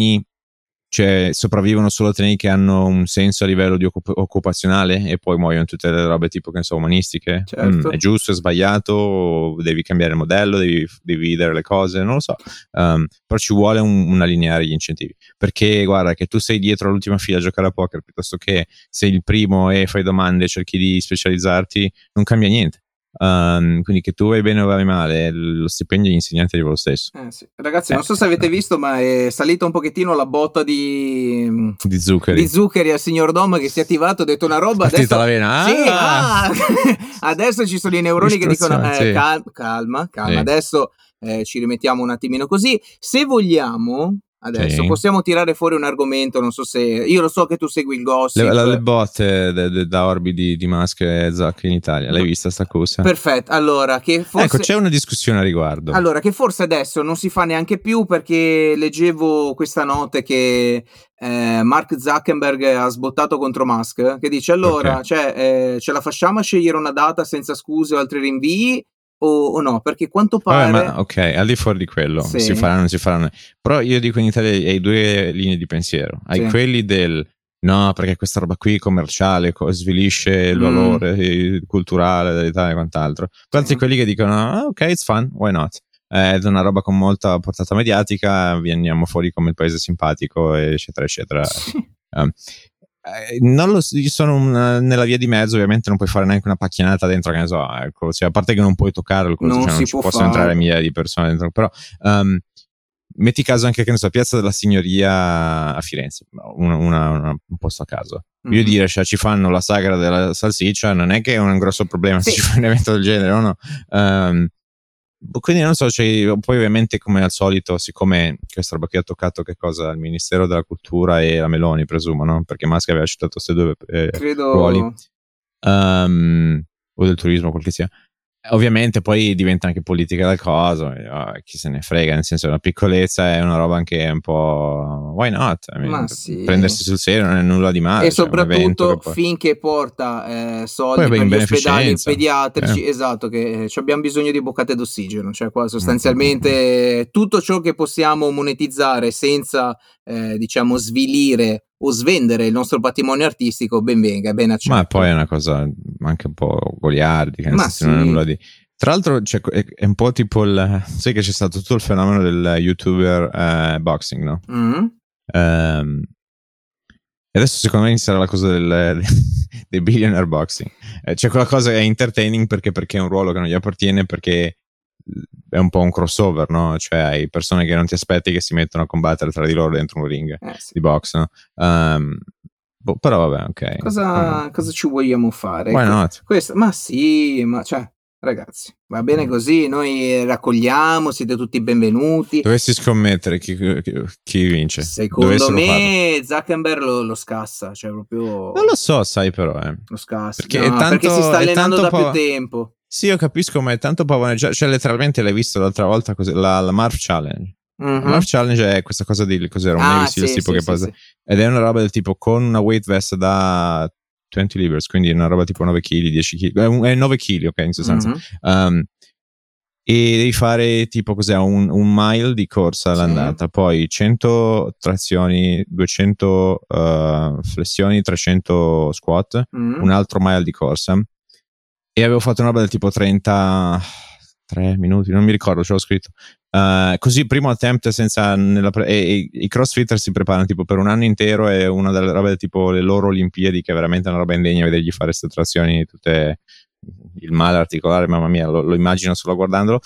Cioè sopravvivono solo atenei che hanno un senso a livello di occupazionale e poi muoiono tutte le robe tipo, che ne so, umanistiche. Certo. È giusto, è sbagliato, devi cambiare il modello, devi dividere le cose, non lo so, però ci vuole un allineare gli incentivi, perché guarda che tu sei dietro all'ultima fila a giocare a poker piuttosto che sei il primo e fai domande e cerchi di specializzarti, non cambia niente. quindi che tu vai bene o vai male, lo stipendio degli insegnanti arriva lo stesso. Sì. Ragazzi, non so se avete visto, ma è salita un pochettino la botta di zuccheri al signor Dom, che si è attivato, ha detto una roba. Adesso, la vena. Adesso ci sono i neuroni che dicono calma, adesso ci rimettiamo un attimino così. Se vogliamo, adesso possiamo tirare fuori un argomento, non so se io lo so che tu segui il gossip, le botte da Orbi di Musk e Zuck in Italia, l'hai vista sta cosa? Perfetto, allora che forse ecco, c'è una discussione a riguardo. Allora, che forse adesso non si fa neanche più, perché leggevo questa notte che Mark Zuckerberg ha sbottato contro Musk, che dice allora, ce la facciamo a scegliere una data senza scuse o altri rinvii o no? Perché quanto pare... Vabbè, ma ok, al di fuori di quello, si faranno, non si faranno. Però io dico in Italia hai due linee di pensiero. Hai quelli del no, perché questa roba qui commerciale svilisce il valore culturale dell'Italia e quant'altro. Poi altri quelli che dicono ok, it's fun, why not? È una roba con molta portata mediatica, veniamo fuori come il paese simpatico, eccetera, eccetera. Io sono nella via di mezzo, ovviamente non puoi fare neanche una pacchianata dentro, che ne so, ecco, cioè, a parte che non puoi toccarlo, non ci possono entrare migliaia di persone dentro, però metti caso anche, che ne so, Piazza della Signoria a Firenze, un posto a caso. Io dire, cioè, ci fanno la sagra della salsiccia, non è che è un grosso problema se ci fa un evento del genere o no. Quindi non so, poi ovviamente come al solito, siccome questa roba che ha toccato che cosa? Il Ministero della Cultura e la Meloni, presumo, no? Perché Musk aveva citato questi due ruoli, o del turismo, quel che sia. Ovviamente poi diventa anche politica la cosa, chi se ne frega, nel senso, la piccolezza è una roba anche un po' why not? Prendersi sul serio non è nulla di male, e soprattutto finché porta soldi per gli ospedali pediatrici, esatto, che abbiamo bisogno di boccate d'ossigeno, cioè qua sostanzialmente tutto ciò che possiamo monetizzare senza diciamo svilire o svendere il nostro patrimonio artistico, ben venga, ben accetto. Ma poi è una cosa anche un po' goliardica, nel senso non è nulla di... Tra l'altro è un po' tipo sai che c'è stato tutto il fenomeno del YouTuber boxing, no? E adesso secondo me inizierà la cosa dei billionaire boxing. C'è quella cosa che è entertaining perché è un ruolo che non gli appartiene, perché è un po' un crossover, no? Cioè hai persone che non ti aspetti che si mettono a combattere tra di loro dentro un ring di box, no? Però vabbè, ok. Cosa ci vogliamo fare? Why not? Ma cioè, ragazzi, va bene così, noi raccogliamo, siete tutti benvenuti. Dovessi scommettere chi vince? Secondo me Zuckerberg lo scassa, cioè proprio... Non lo so, sai, però lo scassa, perché si sta allenando da più tempo. Sì, io capisco, ma è tanto pavoneggiato. Cioè, letteralmente l'hai visto l'altra volta, la Marv Challenge. La Marv Challenge è questa cosa di cos'era un Navy Seals tipo che passa. Ed è una roba del tipo con una weight vest da 20 libras, quindi una roba tipo 9 kg, 10 kg, è 9 kg, ok, in sostanza. E devi fare tipo cos'è un mile di corsa all'andata, poi 100 trazioni, 200 flessioni, 300 squat, un altro mile di corsa. E avevo fatto una roba del tipo 33 minuti, non mi ricordo, ce l'ho scritto. Così, primo attempt senza... i crossfitter si preparano tipo per un anno intero, è una delle robe del tipo le loro Olimpiadi, che è veramente una roba indegna vedergli fare queste trazioni, tutte il male articolare, mamma mia, lo immagino solo guardandolo.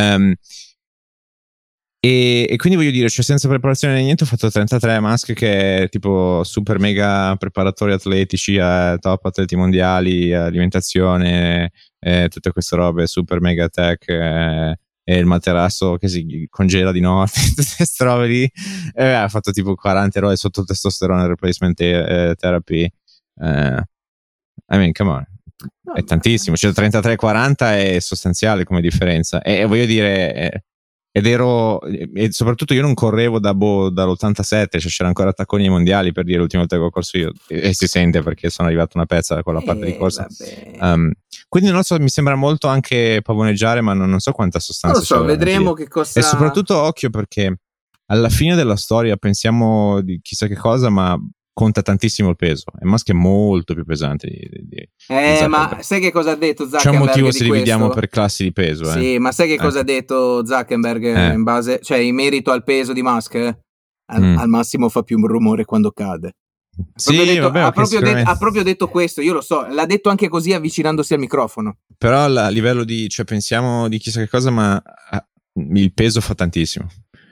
E quindi voglio dire, cioè senza preparazione né niente, ho fatto 33 Musk, che è tipo super mega preparatori atletici, top atleti mondiali, alimentazione, tutte queste robe super mega tech, e il materasso che si congela di notte, tutte queste robe lì. Ha fatto tipo 40 robe sotto testosterone replacement therapy. I mean, come on. È tantissimo, cioè 33-40 è sostanziale come differenza, e voglio dire, e soprattutto io non correvo dall'87, cioè c'era ancora Tacconi ai mondiali, per dire, l'ultima volta che ho corso io, e si sente perché sono arrivato una pezza da quella parte di corsa. Quindi non lo so, mi sembra molto anche pavoneggiare, ma non so quanta sostanza c'è. Non lo so, vedremo che cosa... E soprattutto occhio, perché alla fine della storia pensiamo di chissà che cosa, ma conta tantissimo il peso, e Musk è molto più pesante di ma sai che cosa ha detto Zuckerberg? C'è un motivo se dividiamo per classi di peso. Sì, ma sai che cosa ha detto Zuckerberg in base, cioè in merito al peso di Musk? Al massimo fa più rumore quando cade. Ha proprio detto questo, io lo so, l'ha detto anche così avvicinandosi al microfono. Però a livello di, cioè pensiamo di chissà che cosa, ma il peso fa tantissimo.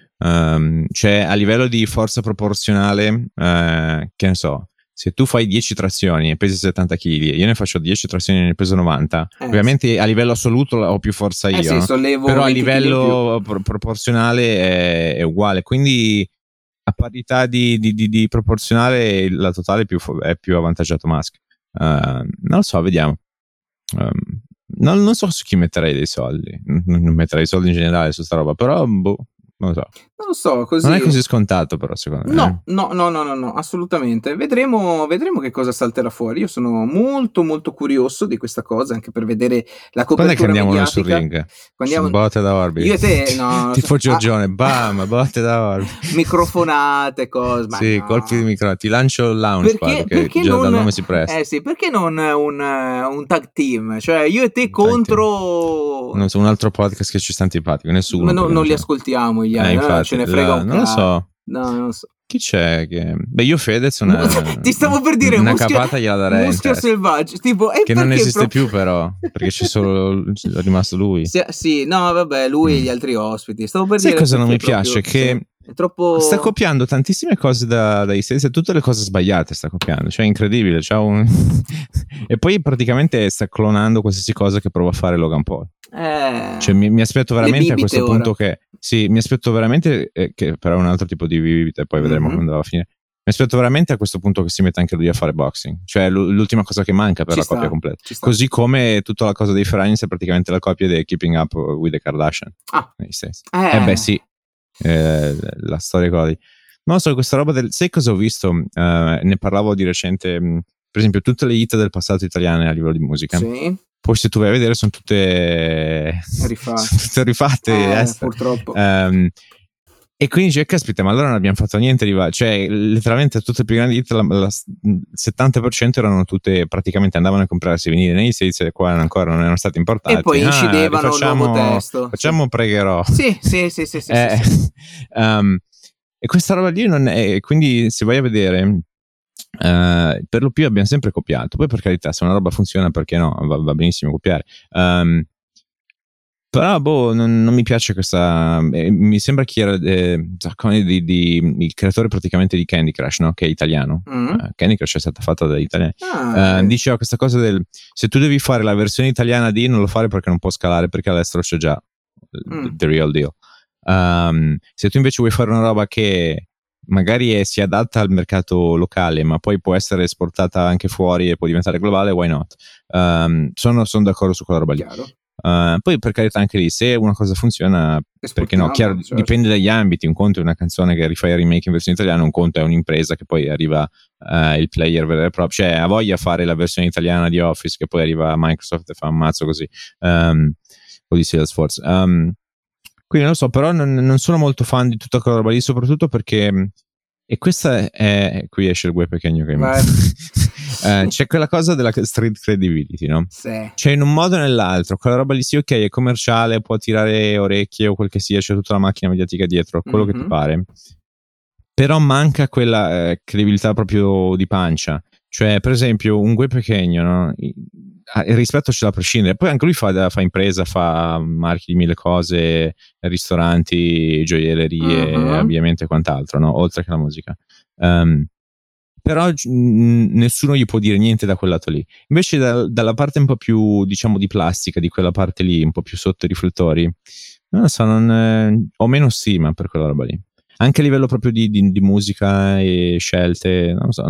Cioè a livello di forza proporzionale, che ne so, se tu fai 10 trazioni e pesi 70 kg, io ne faccio 10 trazioni e ne peso 90, ovviamente a livello assoluto ho più forza io, sì, sollevo però a livello proporzionale è uguale, quindi a parità di proporzionale la totale è più avvantaggiato maschio. Non lo so, vediamo. Non so su chi metterei dei soldi, non metterei soldi in generale su sta roba, però non lo so. Non lo so, così. Non è così scontato, però, secondo me. No, assolutamente. Vedremo che cosa salterà fuori. Io sono molto, molto curioso di questa cosa, anche per vedere la copertura. Quando è che andiamo mediatica. Sul ring? Su botte da Orbi. Io e te, no. Tipo Giorgione, bam, botte da Orbi. Microfonate, cose. Sì, colpi di microfono. Ti lancio il launchpad, perché già dal nome si presta. Sì, perché non un tag team? Cioè, io e te contro... Non so, un altro podcast che ci sta antipatico, nessuno. Non li ascoltiamo gli altri, infatti, ce ne frega un non lo so. No, non lo so. Chi c'è che... Beh, io Fedez ti stavo per dire una capata gliela darei. Muschio selvaggio, tipo, che non esiste più però, perché c'è è rimasto lui. Sì, no, vabbè, lui e gli altri ospiti. Stavo per Sai dire cosa non mi piace? Che è troppo... sta copiando tantissime cose dai States, tutte le cose sbagliate sta copiando, cioè incredibile. E poi praticamente sta clonando qualsiasi cosa che prova a fare Logan Paul. Cioè mi aspetto veramente a questo punto che mi aspetto veramente che però è un altro tipo di bibite, poi vedremo quando va a finire. Mi aspetto veramente a questo punto che si metta anche lui a fare boxing, cioè l'ultima cosa che manca per la coppia completa, così come tutta la cosa dei Ferragnez è praticamente la coppia di Keeping Up with the Kardashian negli States. Beh sì, la storia quella di... non so, questa roba sai cosa ho visto? Ne parlavo di recente, per esempio tutte le hit del passato italiane a livello di musica. Sì. Poi se tu vai a vedere sono tutte rifatte purtroppo. E quindi dice, caspita, ma allora non abbiamo fatto niente cioè letteralmente tutte le più grandi hit, il 70% erano tutte, praticamente andavano a comprarsi vinili negli States e qua ancora non erano stati importati, e poi incidevano il nuovo testo. Facciamo Pregherò. Sì. E questa roba lì non è, quindi se vai a vedere per lo più abbiamo sempre copiato, poi per carità se una roba funziona perché no, va benissimo copiare, però non mi piace questa, mi sembra chi era il creatore praticamente di Candy Crush, no? Che è italiano. Candy Crush è stata fatta da italiani. Diceva questa cosa se tu devi fare la versione italiana di non lo fare perché non può scalare, perché all'estero c'è già the real deal. Se tu invece vuoi fare una roba che magari si adatta al mercato locale ma poi può essere esportata anche fuori e può diventare globale, why not? Sono d'accordo su quella roba lì. Poi per carità anche lì, se una cosa funziona, perché no? Chiaro, certo. Dipende dagli ambiti. Un conto è una canzone che rifai il remake in versione italiana, un conto è un'impresa che poi arriva il player vero e proprio, cioè ha voglia a fare la versione italiana di Office che poi arriva a Microsoft e fa un mazzo così, o di Salesforce. Quindi non lo so, però non sono molto fan di tutta quella roba lì, soprattutto perché, e questa è, qui esce il gue pequeño che c'è quella cosa della street credibility, no? Sì. Cioè in un modo o nell'altro quella roba lì sì, ok, è commerciale, può tirare orecchie o quel che sia, c'è tutta la macchina mediatica dietro, quello che ti pare, però manca quella credibilità proprio di pancia. Cioè per esempio un gue pequeño, no? Il rispetto ce l'ha a prescindere, poi anche lui fa impresa, fa marchi di 1000 cose, ristoranti, gioiellerie, abbigliamento e quant'altro, no? Oltre che la musica. Però nessuno gli può dire niente da quel lato lì. Invece dalla parte un po' più, diciamo, di plastica, di quella parte lì, un po' più sotto i riflettori, non lo so, ho meno stima per quella roba lì. Anche a livello proprio di musica e scelte, non lo so,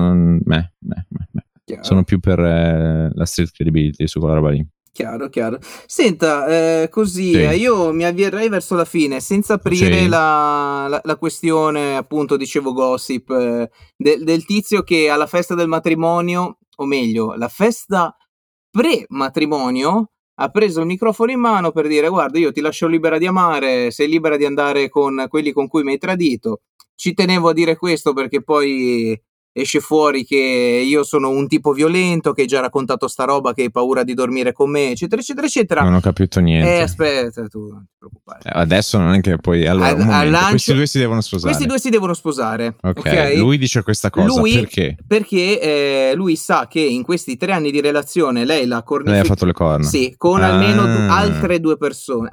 sono più per la street credibility su quella roba lì. Chiaro. Senta, così sì. Io mi avvierei verso la fine, senza aprire sì. la questione, appunto, dicevo gossip, del tizio che alla festa del matrimonio, o meglio, la festa pre-matrimonio, ha preso il microfono in mano per dire: guarda, io ti lascio libera di amare, sei libera di andare con quelli con cui mi hai tradito. Ci tenevo a dire questo perché poi esce fuori che io sono un tipo violento, che hai già raccontato sta roba, che hai paura di dormire con me, eccetera eccetera eccetera. Non ho capito niente. Aspetta, tu non ti preoccupare. Adesso non è che poi allora un momento, lancio, questi due si devono sposare. Ok, lui dice questa cosa perché lui sa che in questi 3 anni di relazione lei l'ha lei ha fatto le corna, sì, con almeno altre 2 persone,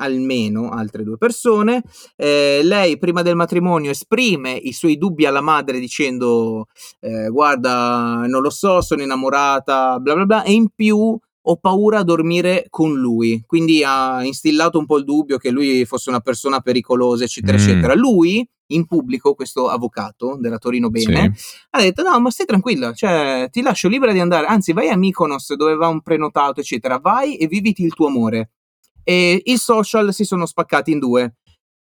lei prima del matrimonio esprime i suoi dubbi alla madre dicendo guarda, non lo so, sono innamorata, bla bla bla, e in più ho paura a dormire con lui, quindi ha instillato un po' il dubbio che lui fosse una persona pericolosa, eccetera eccetera. Lui in pubblico, questo avvocato della Torino Bene, ha detto no, ma stai tranquilla, cioè ti lascio libera di andare, anzi vai a Mykonos dove avevamo prenotato eccetera, vai e viviti il tuo amore. E i social si sono spaccati in 2,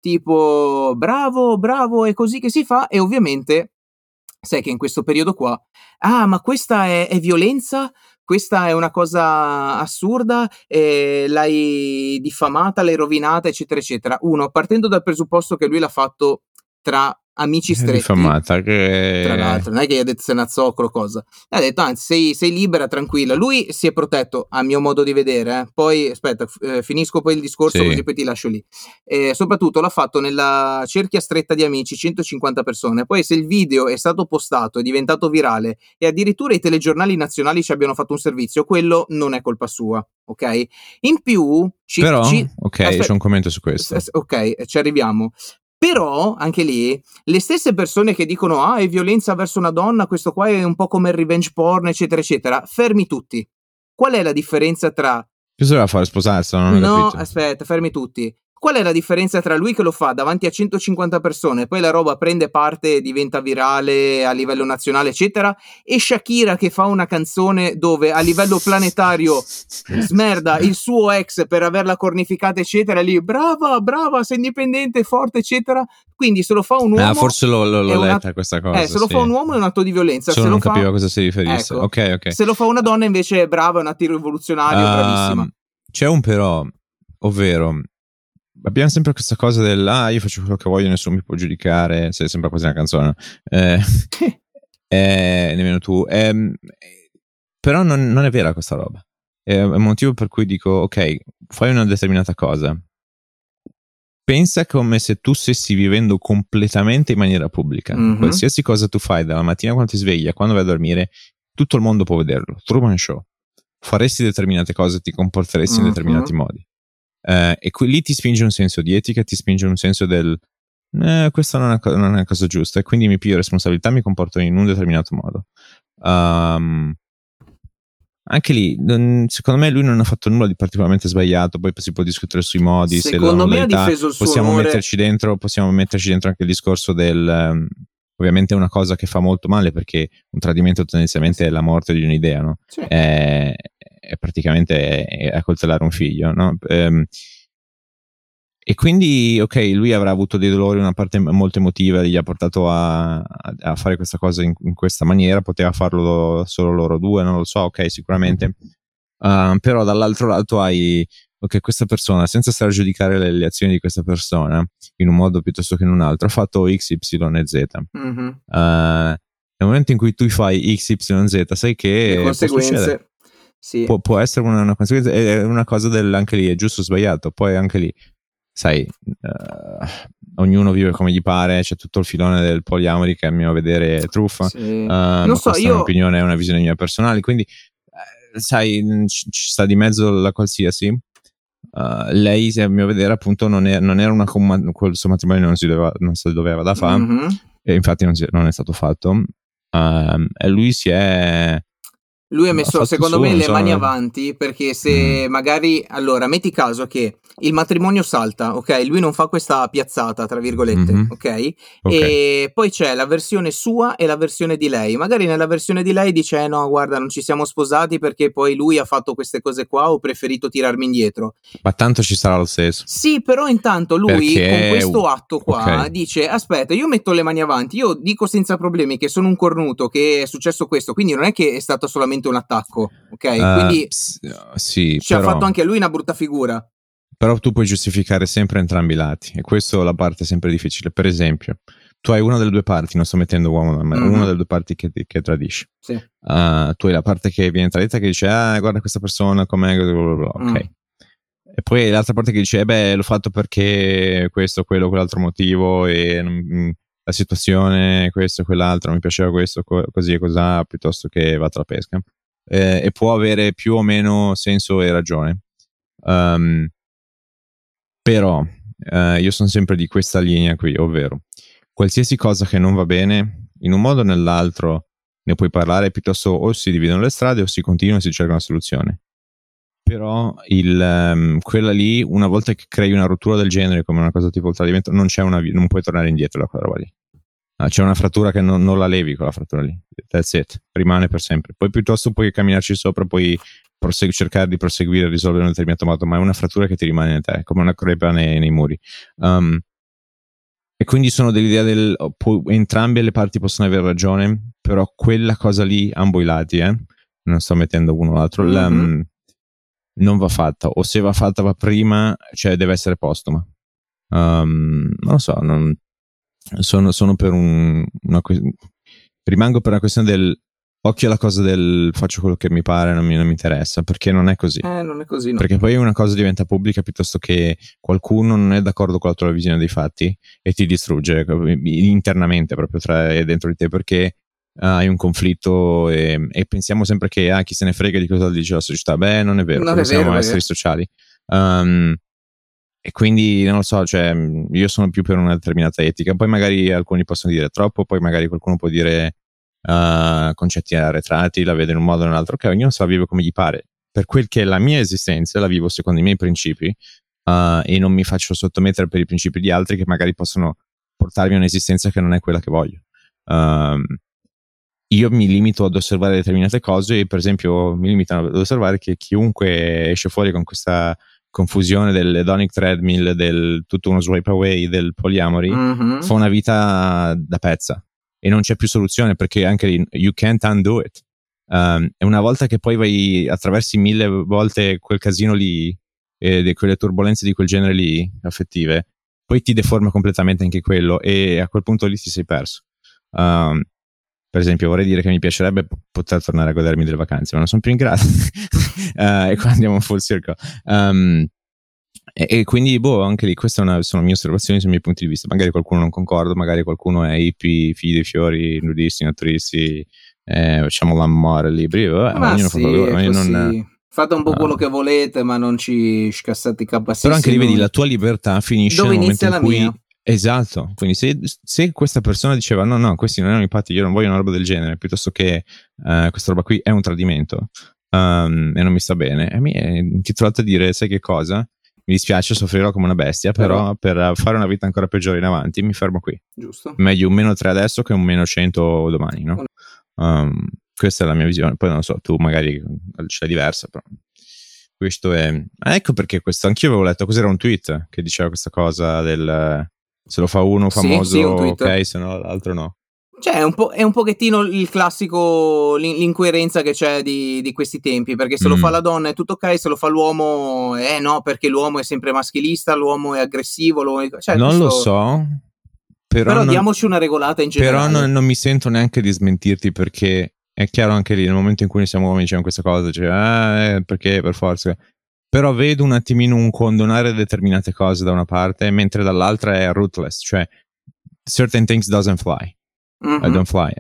tipo bravo, è così che si fa. E ovviamente sai che in questo periodo qua, ma questa è violenza, questa è una cosa assurda, l'hai diffamata, l'hai rovinata, eccetera eccetera. Uno, partendo dal presupposto che lui l'ha fatto tra amici stretti, diffamata, che tra l'altro non è che gli ha detto sei una zoccolo cosa, ha detto anzi sei libera, tranquilla. Lui si è protetto a mio modo di vedere, poi aspetta, finisco poi il discorso così poi ti lascio lì. Soprattutto l'ha fatto nella cerchia stretta di amici, 150 persone. Poi se il video è stato postato, è diventato virale e addirittura i telegiornali nazionali ci abbiano fatto un servizio, quello non è colpa sua, ok? In più c'è un commento su questo. Ok, ci arriviamo. Però anche lì le stesse persone che dicono è violenza verso una donna, questo qua è un po' come il revenge porn, eccetera eccetera, fermi tutti. Qual è la differenza tra... Cosa doveva fare, sposarsi? No, aspetta, fermi tutti. Qual è la differenza tra lui che lo fa davanti a 150 persone, poi la roba prende parte e diventa virale a livello nazionale, eccetera, e Shakira che fa una canzone dove a livello planetario smerda il suo ex per averla cornificata, eccetera, lì brava, sei indipendente, forte, eccetera. Quindi se lo fa un uomo... forse l'ho letta questa cosa. Se lo fa un uomo è un atto di violenza. Solo se non lo capivo fa... a cosa si riferisse. Ecco. Ok. Se lo fa una donna invece è brava, è un atto rivoluzionario, bravissima. C'è un però, ovvero... Abbiamo sempre questa cosa del io faccio quello che voglio, nessuno mi può giudicare, se sembra quasi una canzone, nemmeno tu, però non è vera questa roba. È un motivo per cui dico ok, fai una determinata cosa, pensa come se tu stessi vivendo completamente in maniera pubblica. Qualsiasi cosa tu fai dalla mattina quando ti svegli a quando vai a dormire, tutto il mondo può vederlo. Truman Show. Faresti determinate cose, ti comporteresti in determinati modi. E lì ti spinge un senso di etica, ti spinge un senso del questa non è una cosa giusta, e quindi mi piglio responsabilità, mi comporto in un determinato modo. Anche lì secondo me lui non ha fatto nulla di particolarmente sbagliato. Poi si può discutere sui modi, secondo me ha difeso il suo onore. Possiamo metterci dentro anche il discorso del ovviamente è una cosa che fa molto male, perché un tradimento tendenzialmente è la morte di un'idea, no? Sì. È praticamente accoltellare un figlio, no? E quindi ok, lui avrà avuto dei dolori, una parte molto emotiva gli ha portato a fare questa cosa in questa maniera. Poteva farlo solo loro due, non lo so, ok, sicuramente, però dall'altro lato hai questa persona, senza stare a giudicare le azioni di questa persona in un modo piuttosto che in un altro, ha fatto X, Y e Z. Nel momento in cui tu fai X, Y, Z, sai che le conseguenze può essere una conseguenza, è una cosa anche lì è giusto o sbagliato. Poi anche lì sai, ognuno vive come gli pare, c'è tutto il filone del poliamori che a mio vedere è truffa. Non so, io... è un'opinione, è una visione mia personale, quindi sai, ci sta di mezzo la qualsiasi. Lei, a mio vedere, appunto non era quel suo matrimonio non si doveva da fare, e infatti non è stato fatto. E lui ha messo secondo me le mani avanti, perché se magari, allora metti caso che il matrimonio salta, ok, lui non fa questa piazzata tra virgolette, ok, e poi c'è la versione sua e la versione di lei. Magari nella versione di lei dice no, guarda, non ci siamo sposati perché poi lui ha fatto queste cose qua, ho preferito tirarmi indietro. Ma tanto ci sarà lo stesso. Sì, però intanto lui con questo atto qua dice aspetta, io metto le mani avanti, io dico senza problemi che sono un cornuto, che è successo questo, quindi non è che è stato solamente un attacco, ok? Quindi sì, ci ha fatto anche lui una brutta figura. Però tu puoi giustificare sempre entrambi i lati, e questa è la parte sempre difficile. Per esempio, tu hai una delle due parti, non sto mettendo uomo, ma una delle due parti che tradisce. Sì. Tu hai la parte che viene tradita, che dice guarda questa persona com'è, ok. E poi l'altra parte che dice l'ho fatto perché questo, quello, quell'altro motivo, e la situazione, questo, quell'altro, mi piaceva questo, così e cos'ha, piuttosto che vado alla pesca. E può avere più o meno senso e ragione. Però io sono sempre di questa linea qui, ovvero qualsiasi cosa che non va bene, in un modo o nell'altro ne puoi parlare, piuttosto o si dividono le strade o si continua e si cerca una soluzione. Però quella lì, una volta che crei una rottura del genere, come una cosa tipo il tradimento, non puoi tornare indietro da quella roba lì. C'è una frattura che non la levi, quella frattura lì. That's it, rimane per sempre. Poi piuttosto puoi camminarci sopra, puoi cercare di proseguire e risolvere in un determinato modo, ma è una frattura che ti rimane in te, come una crepa nei muri. E quindi sono dell'idea entrambe le parti possono avere ragione, però quella cosa lì, ambo i lati, non sto mettendo uno o l'altro, non va fatta, o se va fatta va prima, cioè deve essere postuma. Non lo so, sono per rimango per una questione del occhio alla cosa del faccio quello che mi pare, non mi interessa, perché non è così. Non è così, no. Perché poi una cosa diventa pubblica piuttosto che qualcuno non è d'accordo con la tua visione dei fatti e ti distrugge internamente proprio tra e dentro di te, perché hai un conflitto e pensiamo sempre che chi se ne frega di cosa dice la società. Beh, non è vero, non siamo esseri sociali. E quindi non lo so, cioè io sono più per una determinata etica. Poi magari alcuni possono dire troppo, poi magari qualcuno può dire concetti arretrati, la vede in un modo o in un altro. Ok, ognuno se la vive come gli pare. Per quel che è la mia esistenza, la vivo secondo i miei principi e non mi faccio sottomettere per i principi di altri che magari possono portarmi a un'esistenza che non è quella che voglio. Io mi limito ad osservare determinate cose e per esempio mi limito ad osservare che chiunque esce fuori con questa confusione dell'hedonic treadmill, del tutto uno swipe away, del polyamory, fa una vita da pezza e non c'è più soluzione, perché anche lì you can't undo it. E una volta che poi attraversi 1000 volte quel casino lì e quelle turbolenze di quel genere lì affettive, poi ti deforma completamente anche quello e a quel punto lì ti sei perso. Per esempio vorrei dire che mi piacerebbe poter tornare a godermi delle vacanze, ma non sono più in grado. E qua andiamo in full circle. E quindi anche lì queste sono mie osservazioni sui miei punti di vista. Magari qualcuno non concorda, magari qualcuno è hippie, figli dei fiori, nudisti, naturisti, facciamo l'amore libri, ognuno fa quello che vuole. Fate un po' quello che volete, ma non ci scassate i capassissi. Però anche lì vedi, la tua libertà finisce dove nel momento in cui mia. Esatto, quindi se questa persona diceva no, questi non erano i patti, io non voglio una roba del genere, piuttosto che questa roba qui è un tradimento e non mi sta bene, e mi è intitolato a dire, sai che cosa? Mi dispiace, soffrirò come una bestia, però per fare una vita ancora peggiore in avanti mi fermo qui. Giusto. Meglio un -3 adesso che un -100 domani, no? Questa è la mia visione, poi non lo so, tu magari ce l'hai diversa, però questo è... ecco perché questo, anch'io avevo letto, cos'era un tweet che diceva questa cosa del... se lo fa uno famoso, sì, ok, se no l'altro no. Cioè è un pochettino il classico, l'incoerenza che c'è di questi tempi, perché se lo fa la donna è tutto ok, se lo fa l'uomo no, perché l'uomo è sempre maschilista, l'uomo è aggressivo, cioè, non lo so, però diamoci una regolata in generale. Però non mi sento neanche di smentirti, perché è chiaro anche lì, nel momento in cui siamo uomini diciamo questa cosa, cioè perché per forza... Però vedo un attimino un condonare determinate cose da una parte, mentre dall'altra è ruthless, cioè certain things doesn't fly. Don't fly.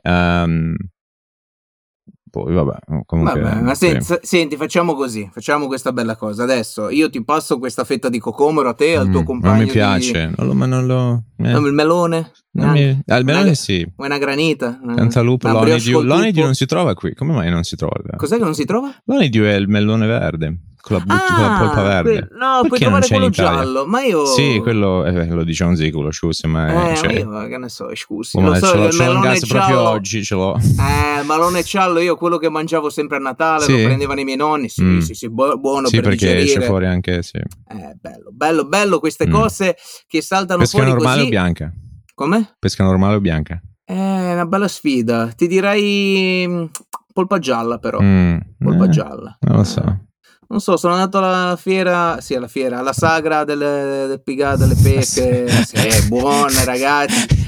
Poi vabbè, comunque... ma senti, facciamo così, facciamo questa bella cosa. Adesso io ti passo questa fetta di cocomero a te, al tuo compagno. Non mi piace, il melone? Il melone sì. Una granita? Cantalupo, l'onidio non si trova qui. Come mai non si trova? Cos'è che non si trova? L'onidio è il melone verde. Con la polpa verde. No, puoi trovare quello giallo. Ma io... Sì, quello lo dice un ziculo, scusi, ma... io che ne so, scusi. Lo so, il melone giallo proprio oggi ce l'ho. Il melone giallo, io quello che mangiavo sempre a Natale, lo prendevano i miei nonni. Sì, buono sì, per digerire. Sì, perché esce fuori anche, sì. Bello queste cose che saltano pesca fuori così. Pesca normale o bianca? Come? Pesca normale o bianca? È una bella sfida. Ti direi polpa gialla, però. Polpa gialla. Non lo so. Non so, sono andato alla fiera, alla sagra del Pigato delle pesche. Sì, buone ragazzi.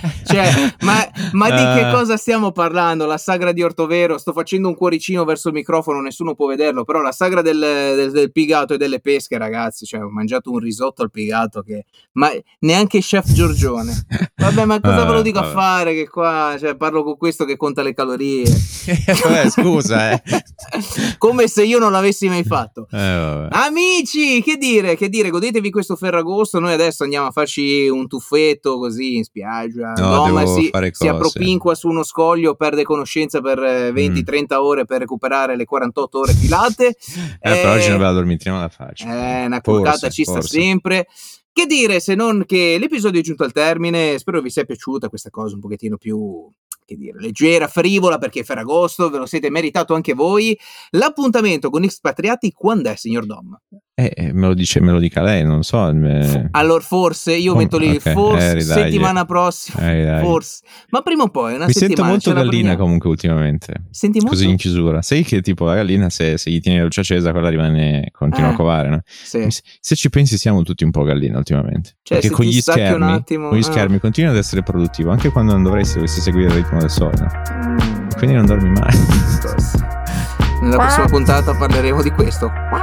Cioè, ma di che cosa stiamo parlando? La sagra di Ortovero, sto facendo un cuoricino verso il microfono, nessuno può vederlo, però la sagra del pigato e delle pesche, ragazzi, cioè ho mangiato un risotto al pigato ma neanche Chef Giorgione. Vabbè, ma cosa ve lo dico a fare che qua, cioè, parlo con questo che conta le calorie. Scusa, Come se io non l'avessi mai fatto. Amici, che dire, godetevi questo Ferragosto. Noi adesso andiamo a farci un tuffetto così in spiaggia. No, si appropinqua su uno scoglio, perde conoscenza per 20-30 ore per recuperare le 48 ore filate. Però oggi non ve la dormitriamo la faccia. Una coccata ci sta sempre. Che dire, se non che l'episodio è giunto al termine. Spero vi sia piaciuta questa cosa un pochettino più, che dire, leggera, frivola, perché è Ferragosto, ve lo siete meritato anche voi. L'appuntamento con Expatriati quando è, signor Dom? Me lo dica lei, non so. Allora forse io metto lì, forse settimana prossima, forse, ma prima o poi una mi settimana. Mi sento molto gallina comunque ultimamente. Senti molto? Così in chiusura. Sai che tipo la gallina se gli tieni la luce accesa quella continua a covare, no? Sì. Se ci pensi siamo tutti un po' gallina ultimamente. Cioè, perché con gli schermi continui ad essere produttivo anche quando non dovresti seguire il ritmo del sole, no? Quindi non dormi mai. Nella prossima puntata parleremo di questo.